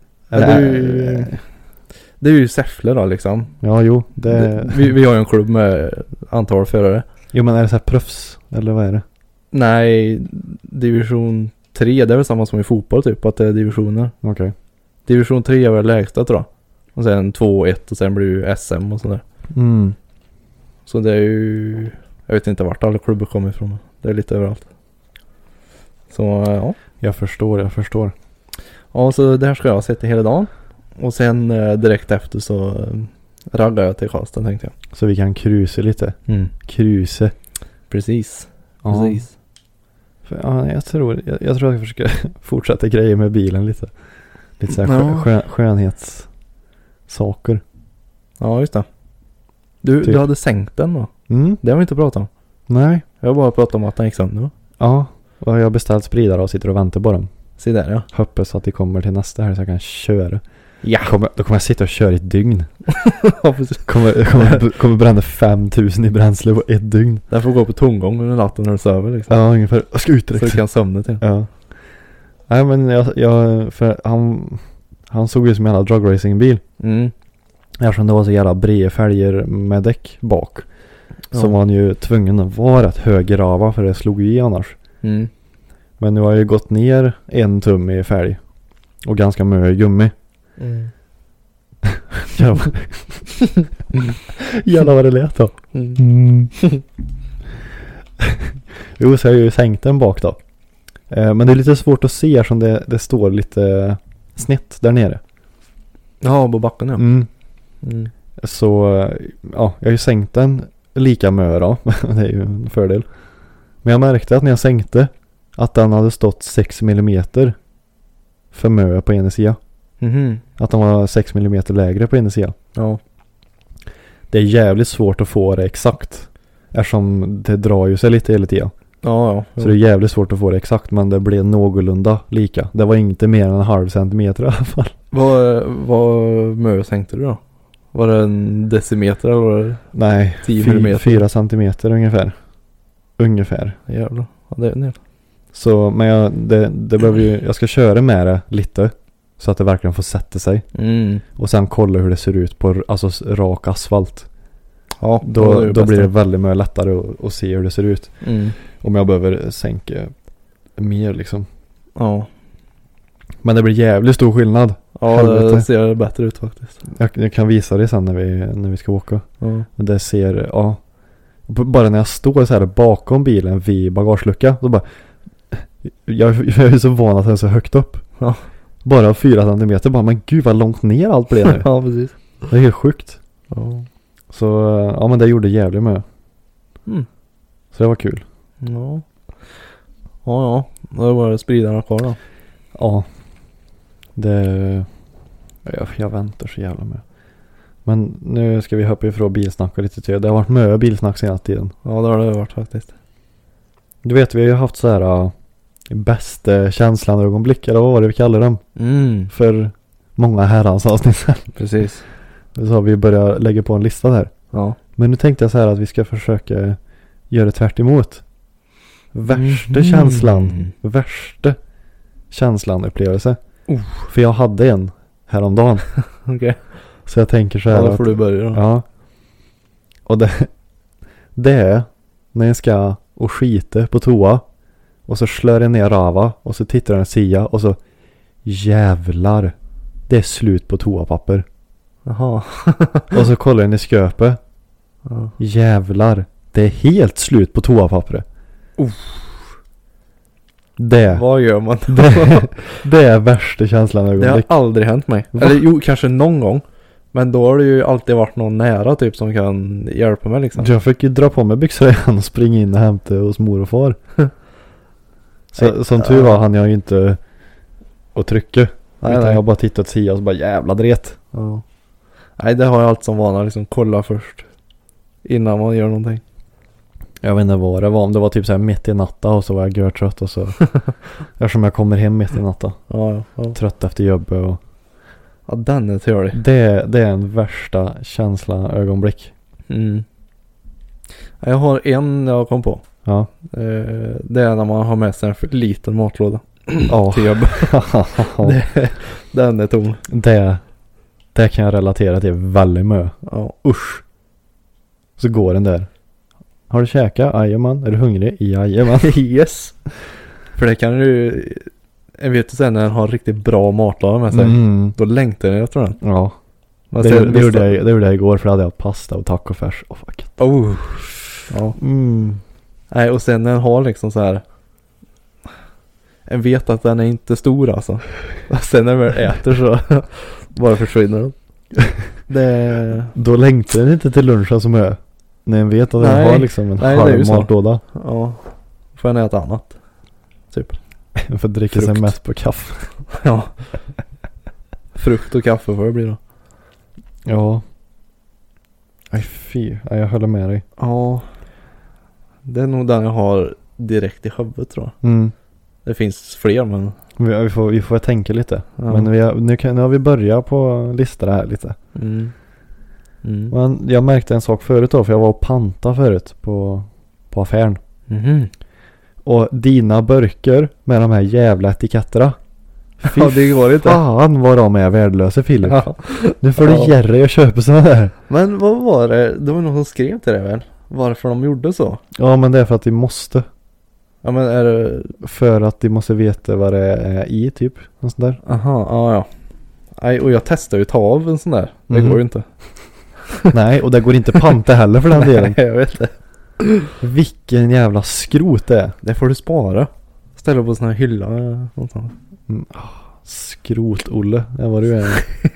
Det är ju Säffle då liksom.
Ja, jo.
Vi har ju en klubb med antal förare.
Jo, men är det så här proffs? Eller vad är det?
Nej, division 3. Det är väl samma som i fotboll typ. Att det är divisioner.
Okej.
Division 3 är väl lägsta tror jag. Och sen 2 och 1 och sen blir det ju SM och sådär. Så det är ju... Jag vet inte vart alla klubbar kommer ifrån. Det är lite överallt. Så ja.
Jag förstår.
Ja, så det här ska jag sätta hela dagen. Och sen direkt efter så raggar jag till Karlstad, tänkte jag.
Så vi kan cruisa lite. Cruisa.
Precis.
Ja, jag tror jag ska försöka fortsätta grejer med bilen lite. Lite så här skönhetssaker.
Ja, just det. Du hade sänkt den då? Det har vi inte pratat om.
Nej.
Jag har bara pratat om att den gick sönder.
Ja, och jag har beställt spridare och sitter och väntar på dem.
Se där, ja.
Hoppas att de kommer till nästa här så jag kan köra.
Ja.
Då kommer jag sitta och köra i ett dygn. kommer bränna 5000 i bränsle på ett dygn.
Den får gå på tomgång under natten när du söver liksom.
Ja, ungefär. Jag ska ut direkt.
Så du kan sömna till.
Ja. Nej, men jag för han såg ju som en jävla dragracingbil. Eftersom det var så jävla breda fälgar med däck bak. Så var han ju tvungen att vara rätt högrava för det slog ju i annars. Men nu har jag ju gått ner 1 tum i fälg. Och ganska mycket gummi. Jävlar vad det lät då. Jo, så har jag ju sänkt den bak då. Men det är lite svårt att se som det står lite snett där nere.
Ja, på backen ja.
Så ja, jag har ju sänkt den lika mycket då. Det är ju en fördel. Men jag märkte att när jag sänkte att den hade stått 6 millimeter för mycket på ena sidan. Att den var 6 millimeter lägre på ena sidan.
Ja.
Det är jävligt svårt att få det exakt. Eftersom det drar ju sig lite hela tiden.
Ja.
Så det är jävligt svårt att få det exakt. Men det blev någorlunda lika. Det var inte mer än 0,5 centimeter i alla fall.
Vad mycket sänkte du då? Var det en decimeter eller var det?
Nej,
10 millimeter?
4 centimeter ungefär.
Jävlar. Ja, det är ner.
Så, men det behöver ju, jag ska köra med det lite. Så att det verkligen får sätta sig. Och sen kolla hur det ser ut på rak asfalt.
Ja,
då blir det väldigt mycket lättare att se hur det ser ut. Om jag behöver sänka mer liksom.
Ja. Men
det blir jävligt stor skillnad.
Ja, det ser bättre ut faktiskt.
Jag kan visa det sen när vi ska åka. Men det ser, ja. Bara när jag står så här bakom bilen vid bagagelucka. Så bara, jag är så van att den är så högt upp.
Ja.
Bara 4 centimeter. Bara, men gud vad långt ner allt blev nu.
Ja, precis.
Det är helt sjukt. Ja. Så, ja men det gjorde jävligt med. Så det var kul.
Ja. Då var det spridarna kvar då.
Ja. Jag väntar så jävla med. Men nu ska vi hoppa ifrån bilsnack och lite till. Det har varit mycket bilsnack senaste tiden.
Ja, det har det varit faktiskt.
Du vet, vi har ju haft så här bästa känslan ögonblick, eller vad var det vi kallar dem? För många herrans avsnitt sen.
Precis.
Så har vi börjat lägga på en lista där.
Ja.
Men nu tänkte jag så här att vi ska försöka göra tvärt emot. Värsta känslan upplevelse. För jag hade en häromdagen.
Okej.
Så jag tänker så här.
Ja, då får du börja då.
Ja. Och det är när jag ska och skita på toa. Och så slår jag ner rava. Och så tittar den sia. Och så jävlar. Det är slut på toapapper.
Jaha.
Och så kollar jag i sköpet. Jävlar. Det är helt slut på toapappret. Det.
Vad gör man?
Det är värsta känslan.
Det har aldrig hänt mig. Va? Eller jo, kanske någon gång. Men då har det ju alltid varit någon nära typ som kan hjälpa mig liksom.
Jag fick ju dra på mig byxor igen och springa in och hämta hos mor och far. Så, som tur var han jag ju inte att trycka. Nej, utan jag bara tittat sia och så bara jävla dret.
Ja. Nej, det har jag alltid som vana liksom. Kolla först. Innan man gör någonting.
Jag vet inte vad det var. Om det var typ så här mitt i natta och så var jag görtrött och så. Eftersom jag kommer hem mitt i natta.
Ja.
Trött efter jobbet och.
Ja, den är teori.
Det är en värsta känsla ögonblick.
Mm. Jag har en jag kom på.
Ja.
Det är när man har med sig en för liten matlåda. Till jobbet. Den är tom.
Det kan jag relatera till väldigt mycket.
Ja.
Usch. Så går den där. Har du käkat? Jajamän. Är du hungrig? Jajamän.
Yes. För det kan du. Jag vet ju sen när den har riktigt bra matlåda med sig. Då längtar jag efter den.
Ja. Det gjorde jag igår för då hade jag pasta och tacofärs. Fuck.
Ja. Nej, och sen när den har liksom så här. Jag vet att den är inte stor alltså. Sen när man äter så bara försvinner den.
Då längtar den inte till lunchen som är. När jag vet att den har liksom en halv matlåda.
Ja. Får jag äta annat. Typ.
För att dricka sig mest på kaffe.
Ja. Frukt och kaffe får det bli då.
Ja. Aj fy. Jag håller med dig.
Ja. Det är nog den jag har direkt i huvudet tror jag. Det finns fler men.
Vi får tänka lite. Ja. Men nu har vi börjat på listan här lite. Men jag märkte en sak förut då. För jag var och panta förut på affären. Och dina burkar med de här jävla etiketterna.
Ja, det går inte.
Fan vad de är värdelösa, Filip. Ja. Nu får du ge dig och köpa sådana där.
Men vad var det? Det var någon som skrev till det väl? Varför de gjorde så?
Ja, men det är för att de måste.
Ja, men är det.
För att de måste veta vad det är i typ. Och sånt där.
Aha, ja. Nej, och jag testar ju ta av en sån där. Det går ju inte.
Nej, och det går inte panta heller för den delen.
Nej, jag vet det.
Vilken jävla skrot det är.
Det får du spara. Ställa på sån här hylla någonstans.
Skrot-Olle. Det var du är.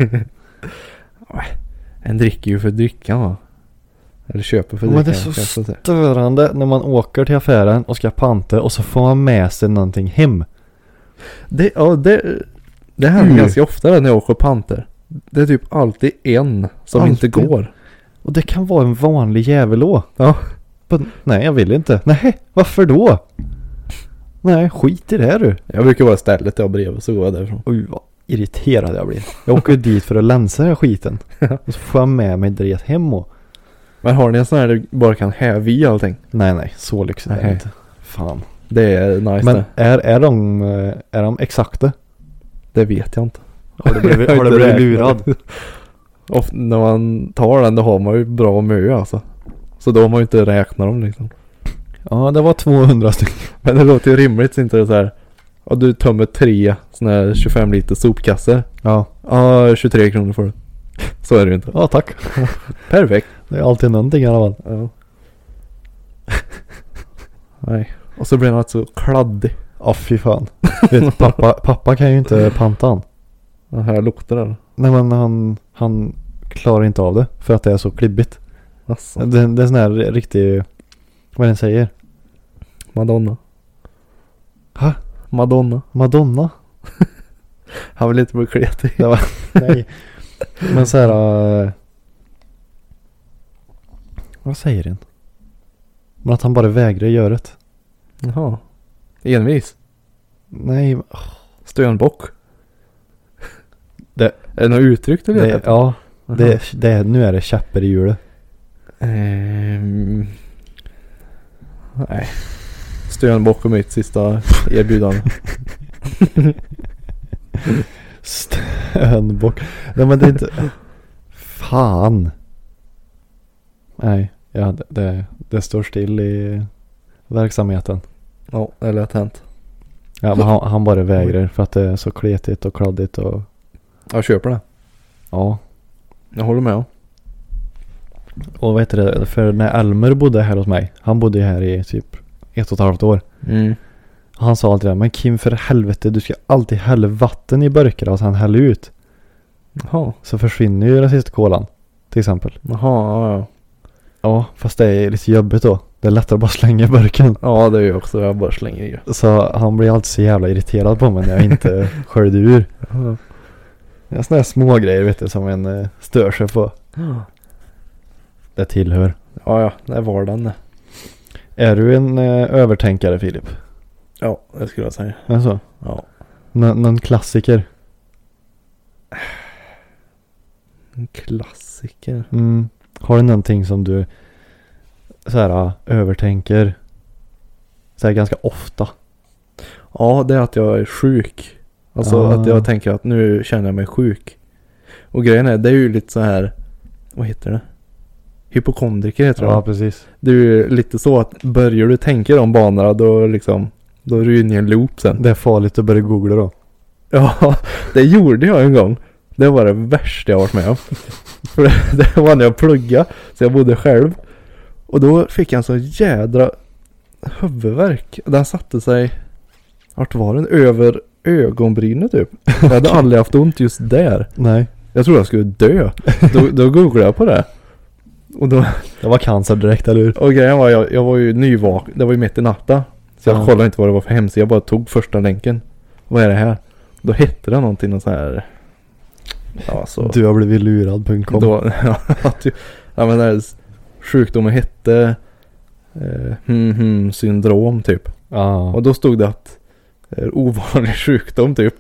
En dricker ju för drickan va? Eller köper för drickan.
Men det är så störande när man åker till affären och ska panta och så får man med sig någonting hem.
Det händer ganska ofta när jag åker panter. Det är typ alltid en som inte går.
Och det kan vara en vanlig jävelå.
Ja.
Men, nej, jag vill inte. Nej, varför då? Nej, skit i det här du.
Jag brukar bara ställa till bredvid så går jag därifrån.
Oj, vad irriterad jag blir. Jag åker dit för att länsa den här skiten. Och så får jag med mig dret hem och.
Men har ni en sån här där du bara kan häva i allting?
Nej, så lyxigt är det inte. Fan.
Det är nice.
Men är de exakta?
Det vet jag inte.
Har du blivit lurad?
Och när man tar den då har man ju bra mö alltså. Så då har man ju inte räknat dem liksom.
Ja, det var 200 stycken.
Men det låter ju rimligt så inte det så här. Och du tömmer 3 såna här 25 liter sopkasser.
Ja.
Ja, 23 kronor för det. Så är det ju inte.
Ja, tack.
Perfekt.
Det är alltid någonting i alla fall.
Ja. Nej. Och så blir han alltså kladdig.
Ja, fy fan. Vet, pappa kan ju inte panta han.
Det här luktar det.
Nej, men han klarar inte av det. För att det är så klibbigt.
Asså.
Det är sån här riktig. Vad den säger?
Madonna.
Ha? Madonna?
Han vill inte bli kletig.
Nej. Men så här. Vad säger den? Men att han bara vägrar göra det.
Jaha. Envis?
Nej.
Stönbock?
Det
är något uttryck du vet?
Ja. Nu är det käppar i hjulet.
Nej. Stönbock och mitt sista erbjudande.
Stönbock. Nej, men det är inte. Fan. Nej. Ja, det står still i verksamheten.
Ja, det är lätt hänt.
Ja, men han bara vägrar för att det är så kletigt och kladdigt och...
Jag köper det.
Ja.
Jag håller med.
Och vad heter det? För när Elmer bodde här hos mig. Han bodde ju här i typ 1,5 år.
Mm.
Han sa alltid det. Men Kim, för helvete, du ska alltid hälla vatten i burkar och sen hälla ut.
Jaha.
Så försvinner ju den sista kolan. Till exempel.
Jaha, ja.
Ja, fast det är lite jobbigt då. Det är lättare att bara slänga i burken.
Ja, det är ju också. Jag bara slänger i.
Så han blir alltid så jävla irriterad på mig när jag inte sköljde ur.
Ja.
Det är såna här små grejer, vet du, som en stör sig på. Det tillhör.
Ja, det är vardagen.
Är du en övertänkare, Filip?
Ja, det skulle jag säga.
Alltså?
Ja.
Någon klassiker?
En klassiker?
Mm. Har du någonting som du så här övertänker så här ganska ofta?
Ja, det är att jag är sjuk. Alltså att jag tänker att nu känner jag mig sjuk. Och grejen är, det är ju lite så här, vad heter det? Hypokondriker heter det.
Ja, precis.
Det är ju lite så att börjar du tänka de banorna då är du inne i en loop sen.
Det är farligt att börja googla då.
Ja, det gjorde jag en gång. Det var det värsta jag varit med om. För det var när jag pluggade, så jag bodde själv. Och då fick jag en så jädra huvudvärk. Den satte sig, vart var den? Över ögonbrynet typ. Jag hade aldrig haft ont just där.
Nej.
Jag trodde jag skulle dö. Då googlade jag på det. Och då...
Det var cancer direkt, eller hur?
Och grejen var, jag var ju nyvaken. Det var ju mitt i natten. Så jag kollade inte vad det var för hemsida. Jag bara tog första länken. Vad är det här? Då hette det någonting och så här... Ja, så...
Du har blivit lurad.com.
Då, ja, men det här sjukdomen hette syndrom typ.
Ja.
Och då stod det att ovanlig sjukdom typ.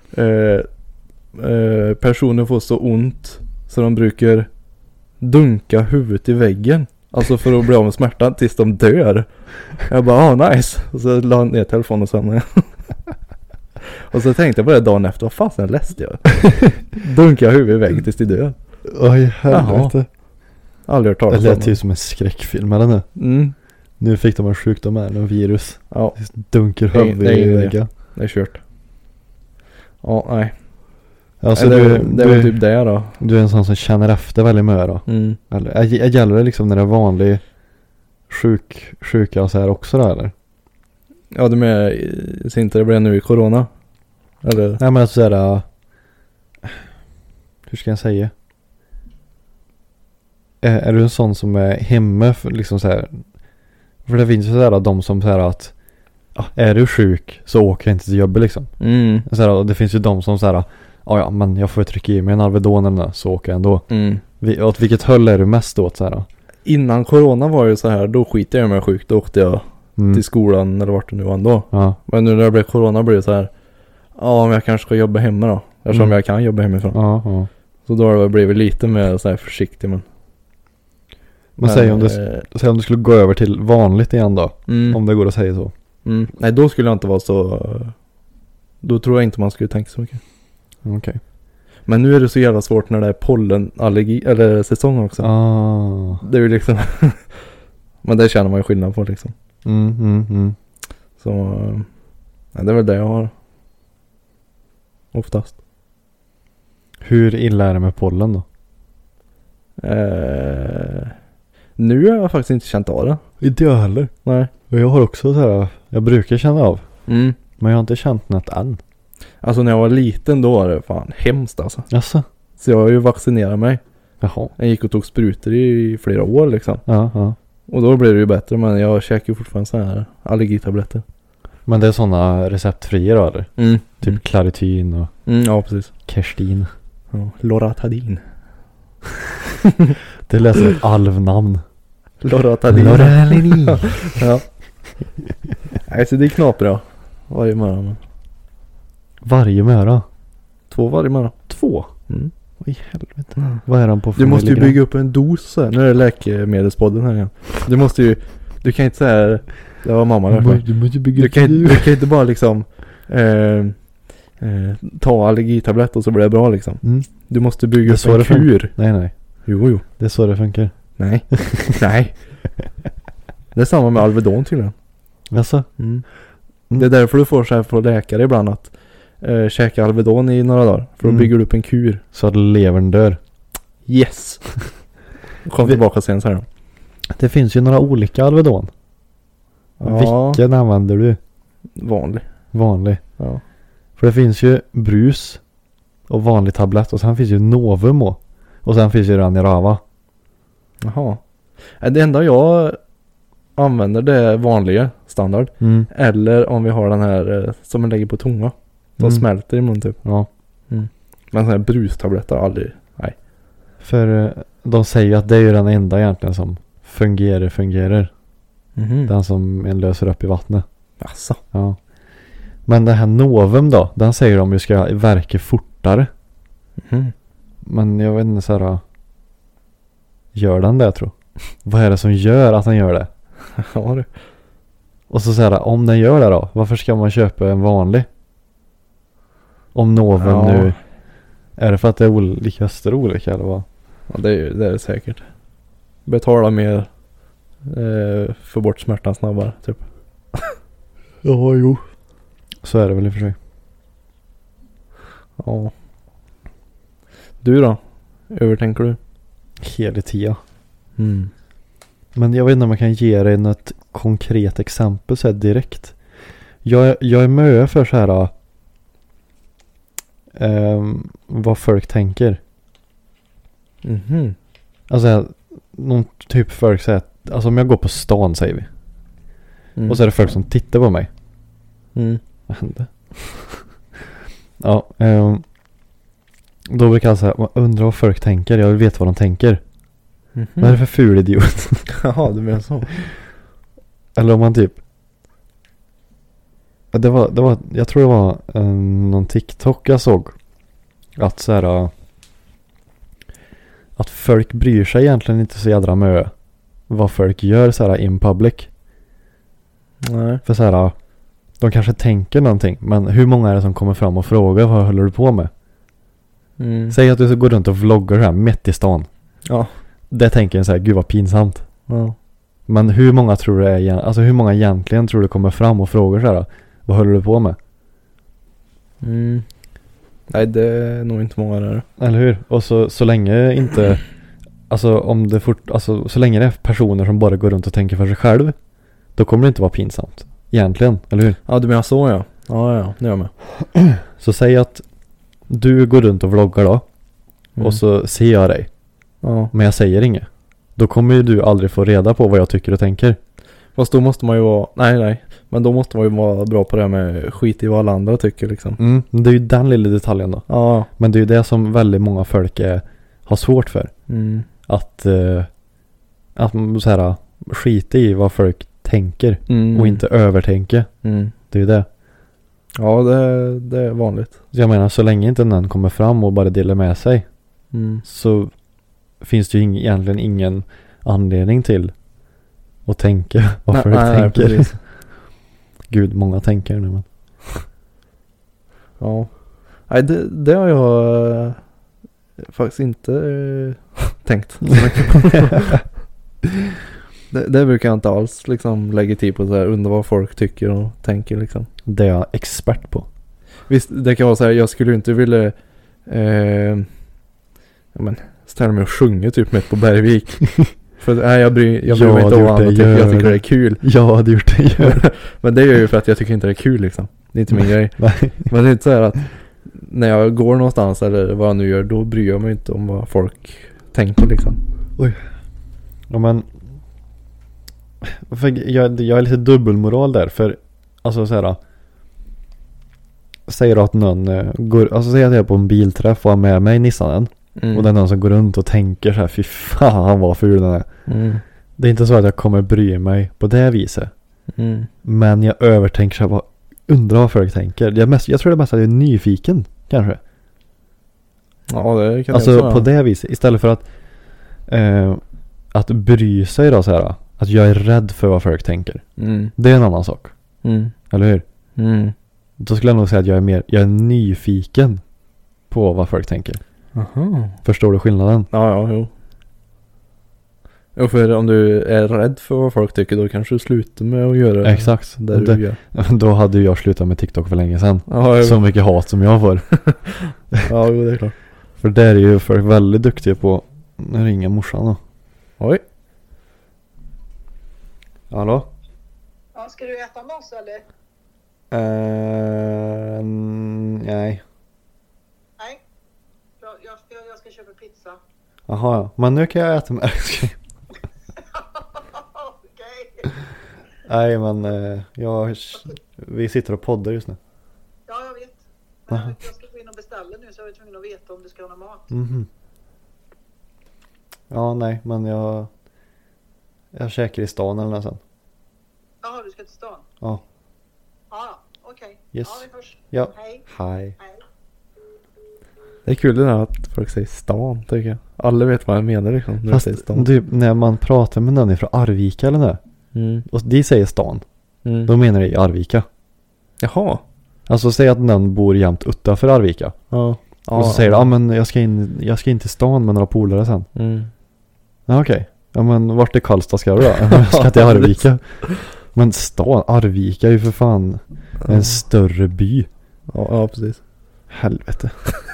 Personer får så ont så de brukar dunka huvudet i väggen. Alltså för att bli av med smärtan tills de dör. Jag bara, nice. Och så la jag ner telefonen och sen. Och så tänkte jag på det dagen efter. Vad fasen läste jag? Dunka huvudet i väggen tills de dör.
Oj, helvete.
Aldrig hört talas om
det. Det lät ju som en skräckfilm eller nu.
Mm.
Nu fick de en sjukdom här, en virus.
Ja.
Dunker huvudet i väggen.
Det är kört. Ja, nej.
Alltså
det är väl typ det då.
Du är en sån som känner efter väldigt mycket då.
Mm.
Eller gäller det liksom när det är vanlig sjuka och så här också då, eller?
Ja, du med så inte det blir nu i corona? Eller?
Nej, men alltså såhär, hur ska jag säga? Är du en sån som är hemma för liksom så här? För det finns ju såhär de som säger att är du sjuk så åker jag inte till jobbet liksom.
Mm.
Så här, det finns ju de som säger ja, men jag får trycka i mig en Alvedon eller så åker jag ändå.
Mm.
Åt vilket höll är du mest åt så här?
Innan corona var ju så här, då skiter jag mig sjuk. Då åkte jag till skolan eller vart det nu var ändå.
Ja.
Men nu när det blev corona blev det så här, ja, men jag kanske ska jobba hemma då. Eftersom jag kan jobba hemifrån.
Ja.
Så då har det blivit lite mer så här försiktig. Men
säg om du skulle gå över till vanligt igen då. Om det går att säga så.
Mm. Nej, då skulle jag inte vara så... Då tror jag inte man skulle tänka så mycket.
Okej.
Men nu är det så jävla svårt när det är pollenallergi eller säsong också. Det är ju liksom... Men det känner man ju skillnad på liksom. Så... Nej, det är väl det jag har. Oftast.
Hur illa är det med pollen då?
Nu har jag faktiskt inte känt av det.
Inte jag heller.
Nej.
Och jag har också så här, jag brukar känna av.
Men
jag har inte känt något än.
Alltså när jag var liten då var det fan hemskt alltså.
Jaså?
Så jag har ju vaccinerat mig.
Jaha.
Jag gick och tog sprutor i flera år liksom.
Ja.
Och då blev det ju bättre, men jag käkar ju fortfarande så här allergitabletter.
Men det är sådana receptfria då eller? Typ Claritin och...
ja, precis.
Kerstin.
Ja, Loratadin.
Det lät som ett alvnamn.
Loratadin. Ja. Nej, så det är knapert varje morgon.
Varje morgon?
2 varje morgon.
2? Oj, helvete. Vad är han på för?
Du måste ju bygga upp en dos här. Nu är det läkemedelspodden här igen. Du måste ju... Du kan inte säga... Det var mamma där.
Du måste bygga upp
du kan inte bara liksom... ta allergitablett och så blir det bra liksom. Du måste bygga upp en kur.
Nej.
Jo.
Det är så det funkar.
Nej. Nej. Det är samma med Alvedon tydligen.
Alltså?
Det är därför du får så här från läkare ibland att käka Alvedon i några dagar. För då bygger du upp en kur.
Så att levern dör.
Yes. Kom tillbaka sen så här.
Det finns ju några olika Alvedon.
Ja.
Vilken använder du?
Vanlig. Ja.
För det finns ju brus och vanlig tablett. Och sen finns ju Novum och sen finns ju Ranirava.
Jaha. Det enda jag använder det är vanliga standard. Eller om vi har den här som man lägger på tunga. De smälter i mun typ.
Ja.
Men sån här brustabletter aldrig. Nej.
För de säger att det är ju den enda egentligen som fungerar. Den som en löser upp i vattnet.
Asså.
Ja. Men det här Novum då, den säger de ju ska verka fortare. Men jag vet inte så här. Gör den det, jag tror? Vad är det som gör att den gör det?
Ja, det.
Och så säger om den gör det då, varför ska man köpa en vanlig? Om Novum nu, är det för att det är olika olika eller vad?
Ja, det är det säkert. Betala mer för bort smärtan snabbare typ.
Ja, jo. Så är det väl i och för sig.
Ja. Du då? Övertänker du?
Hela tiden. Men jag vet inte om jag kan ge dig något konkret exempel så här direkt. Jag är med för så här vad folk tänker. Alltså någon typ folk säger att, alltså om jag går på stan säger vi. Och så är det folk som tittar på mig. Vad hände? Ja, då brukar jag säga, undrar vad folk tänker. Jag vill veta vad de tänker. Vad är det för ful idiot?
Ja, du menar så.
Eller om man typ, det var jag tror det var någon TikTok jag såg att så här, att folk bryr sig egentligen inte så jädra med vad folk gör så här in public.
Nej.
För så här, de kanske tänker någonting, men hur många är det som kommer fram och frågar vad håller du på med? Säg att du går runt och vloggar här mitt i stan.
Ja.
Det tänker jag så här, gud vad pinsamt.
Ja.
Men hur många tror du är, alltså hur många egentligen tror du kommer fram och frågar så här, vad håller du på med?
Nej, det är nog inte många där.
Eller hur? Och så länge inte, alltså om det alltså så länge det är personer som bara går runt och tänker för sig själv, då kommer det inte vara pinsamt. Egentligen, eller hur?
Ja, du menar så ja. Ja, det gör jag med.
Så säg att du går runt och vloggar då. Och så ser jag dig.
Ja.
Men jag säger inget. Då kommer ju du aldrig få reda på vad jag tycker och tänker.
Fast då måste man ju vara, nej. Men då måste man ju vara bra på det här med skit i vad alla andra tycker liksom.
Det är ju den lilla detaljen då.
Ja.
Men det är ju det som väldigt många folk har svårt för. Att så här, skita i vad folk tänker. Och inte övertänka. Det är ju det.
Ja, det är vanligt.
Jag menar, så länge inte någon kommer fram och bara delar med sig. Så finns det ju egentligen ingen anledning till att tänka vad folk tänker. Nej, gud, många tänker nu men.
Ja. Nej, det har jag faktiskt inte tänkt så mycket. Det brukar jag inte alls liksom lägga tid på så här, undra vad folk tycker och tänker liksom.
Det är jag expert på.
Visst, det kan vara så här, jag skulle inte vilja ställa mig och sjunga typ mitt på Bergvik. För nej, jag bryr mig inte om annat. Jag tycker det är kul.
Jag hade gjort det.
Men det är ju för att jag tycker inte det är kul liksom. Det är inte min grej. Men det är inte så här att när jag går någonstans eller vad jag nu gör, då bryr jag mig inte om vad folk tänker liksom.
Oj. Ja, men för jag är lite dubbelmoral där. För alltså så här, säger att någon går, alltså säger att jag är på en bilträff och har med mig Nissanen. Och det är någon som går runt och tänker så här, fy fan vad ful den är. Det är inte så att jag kommer bry mig på det viset. Men jag övertänker så här, vad undrar vad folk tänker. Jag tror det mest att jag är nyfiken kanske.
Ja, det kan
alltså
jag säga.
på det viset, istället för att bry sig då så här, att jag är rädd för vad folk tänker. Det är en annan sak. Eller hur? Då skulle jag nog säga att jag är nyfiken på vad folk tänker.
Aha.
Förstår du skillnaden?
Ja, jo. Och för om du är rädd för vad folk tycker, då kanske du slutar med att göra
exakt
det du gör.
Då hade jag slutat med TikTok för länge sedan.
Ja,
så mycket hat som jag får.
Ja, det är klart.
För där är ju folk väldigt duktiga på. Nu ringer morsan då.
Oj.
Hallå?
Ja, ska du äta mass eller?
Nej.
Nej. Jag ska köpa pizza.
Jaha, ja. Men nu kan jag äta med.
Okej.
Nej, men vi sitter och poddar just nu.
Ja, jag vet. Men jag ska gå in och beställa nu, så jag är tvungen att veta om du ska ha någon mat.
Mhm. Ja, nej, men jag käkar i stan eller något sen.
Jaha, du ska till stan?
Ja.
Ja, okej.
Yes.
Ja, vi hörs.
Ja.
Hej.
Hej.
Det är kul det där att folk säger stan, tycker jag. Alla vet vad jag menar liksom när
Fast
säger stan.
när man pratar med någon från Arvika eller något. Och de säger stan. Då menar de i Arvika.
Jaha.
Alltså säg att någon bor jämt utanför Arvika.
Ja.
Och så säger de, men jag ska in till stan med några polare sen. Ja, okej. Ja, men vart är Karlstad ska du då? Jag ska till Arvika. Men stan, Arvika är ju för fan en större by.
Ja, precis.
Helvete.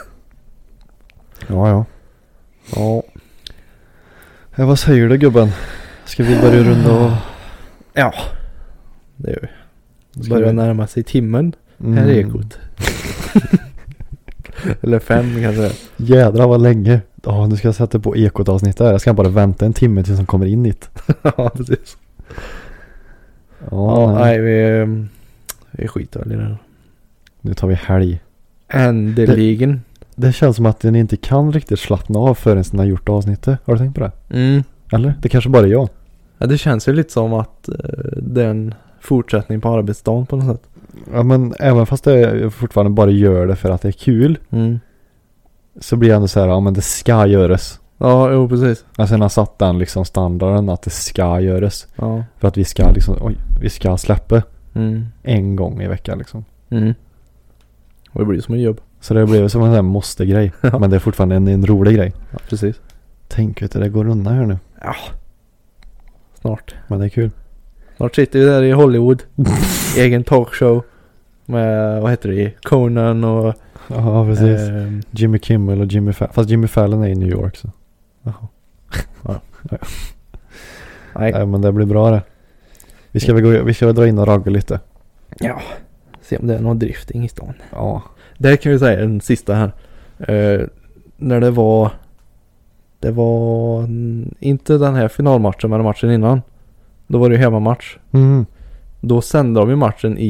Ja. Vad säger du, gubben? Ska vi börja runda och...
Ja, det gör vi. Börjar närma sig timmen. Här är ekot. Eller 5 kanske.
Jädrar vad länge. Nu ska jag sätta på ekot-avsnitt där. Jag ska bara vänta en timme tills de kommer in hit.
Ja, precis. Nej, vi skiter väl i det.
Nu tar vi helg.
Ändeligen.
Det känns som att ni inte kan riktigt slappna av förrän ni har gjort avsnittet. Har du tänkt på det? Eller? Det kanske bara är jag.
Ja, det känns ju lite som att det är en fortsättning på arbetsdagen på något sätt.
Ja, men även fast jag fortfarande bara gör det för att det är kul. Så blir jag ändå så här, ja men det ska göras.
Ja, jo precis.
Alltså jag har satt den liksom standarden att det ska göras.
Ja.
För att vi ska liksom, vi ska släppa en gång i veckan liksom.
Och det blir som en jobb.
Så det blir som en sån här måste-grej.
Ja.
Men det är fortfarande en rolig grej.
Ja, precis.
Tänk vet du, det går undan här nu.
Ja. Snart.
Men det är kul.
Snart sitter vi där i Hollywood. Egen talkshow. Med, vad heter det? Conan och...
Ja, precis. Jimmy Kimmel och Jimmy Fallon. Fast Jimmy Fallon är i New York så.
Jaha.
Ja. Nej, men det blir bra det. Vi ska väl dra in och ragga lite.
Ja. Se om det är någon drifting i stan.
Ja.
Det kan vi säga den sista här. När det var inte den här finalmatchen men matchen innan. Då var det ju hemmamatch. Då sände de ju matchen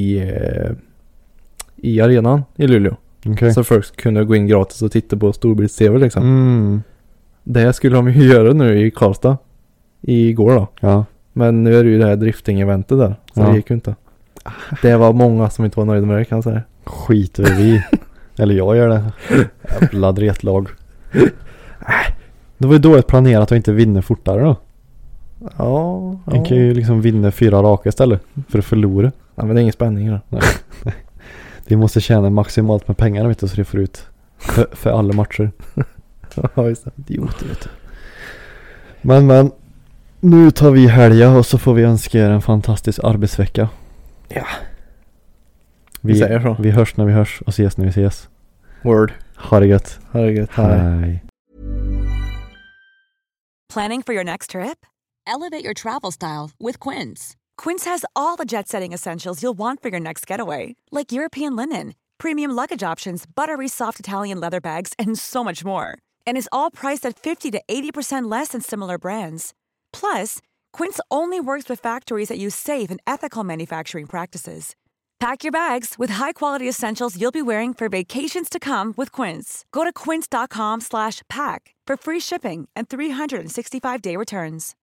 i arenan i Luleå.
Okay.
Så folk kunde gå in gratis och titta på storbilds-tv liksom. Det skulle de ju göra nu i Karlstad. Igår då.
Ja.
Men nu är det ju det här drifting-eventet där. Så det gick ju inte. Det var många som inte var nöjda med det kan jag säga.
Skiter vi. Eller jag gör det. Jävla dretlag. Det var ju dåligt planerat att inte vinna fortare då.
Ja.
Man kan ju liksom vinna 4 raka istället för att förlora.
Ja, men det är ingen spänning då.
Nej. Vi måste tjäna maximalt med pengar vet du, så det får ut för alla matcher.
Ja, just det.
Idiot, vet du. Men nu tar vi helga och så får vi önska er en fantastisk arbetsvecka.
Ja. Vi säger så.
Vi hörs när vi hörs och ses när vi ses.
Word.
Ha det gött.
Ha det gött.
Hej.
Planning for your next trip? Elevate your travel style with Quince. Quince has all the jet-setting essentials you'll want for your next getaway, like European linen, premium luggage options, buttery soft Italian leather bags, and so much more. And is all priced at 50 to 80% less than similar brands. Plus, Quince only works with factories that use safe and ethical manufacturing practices. Pack your bags with high-quality essentials you'll be wearing for vacations to come with Quince. Go to quince.com/pack for free shipping and 365-day returns.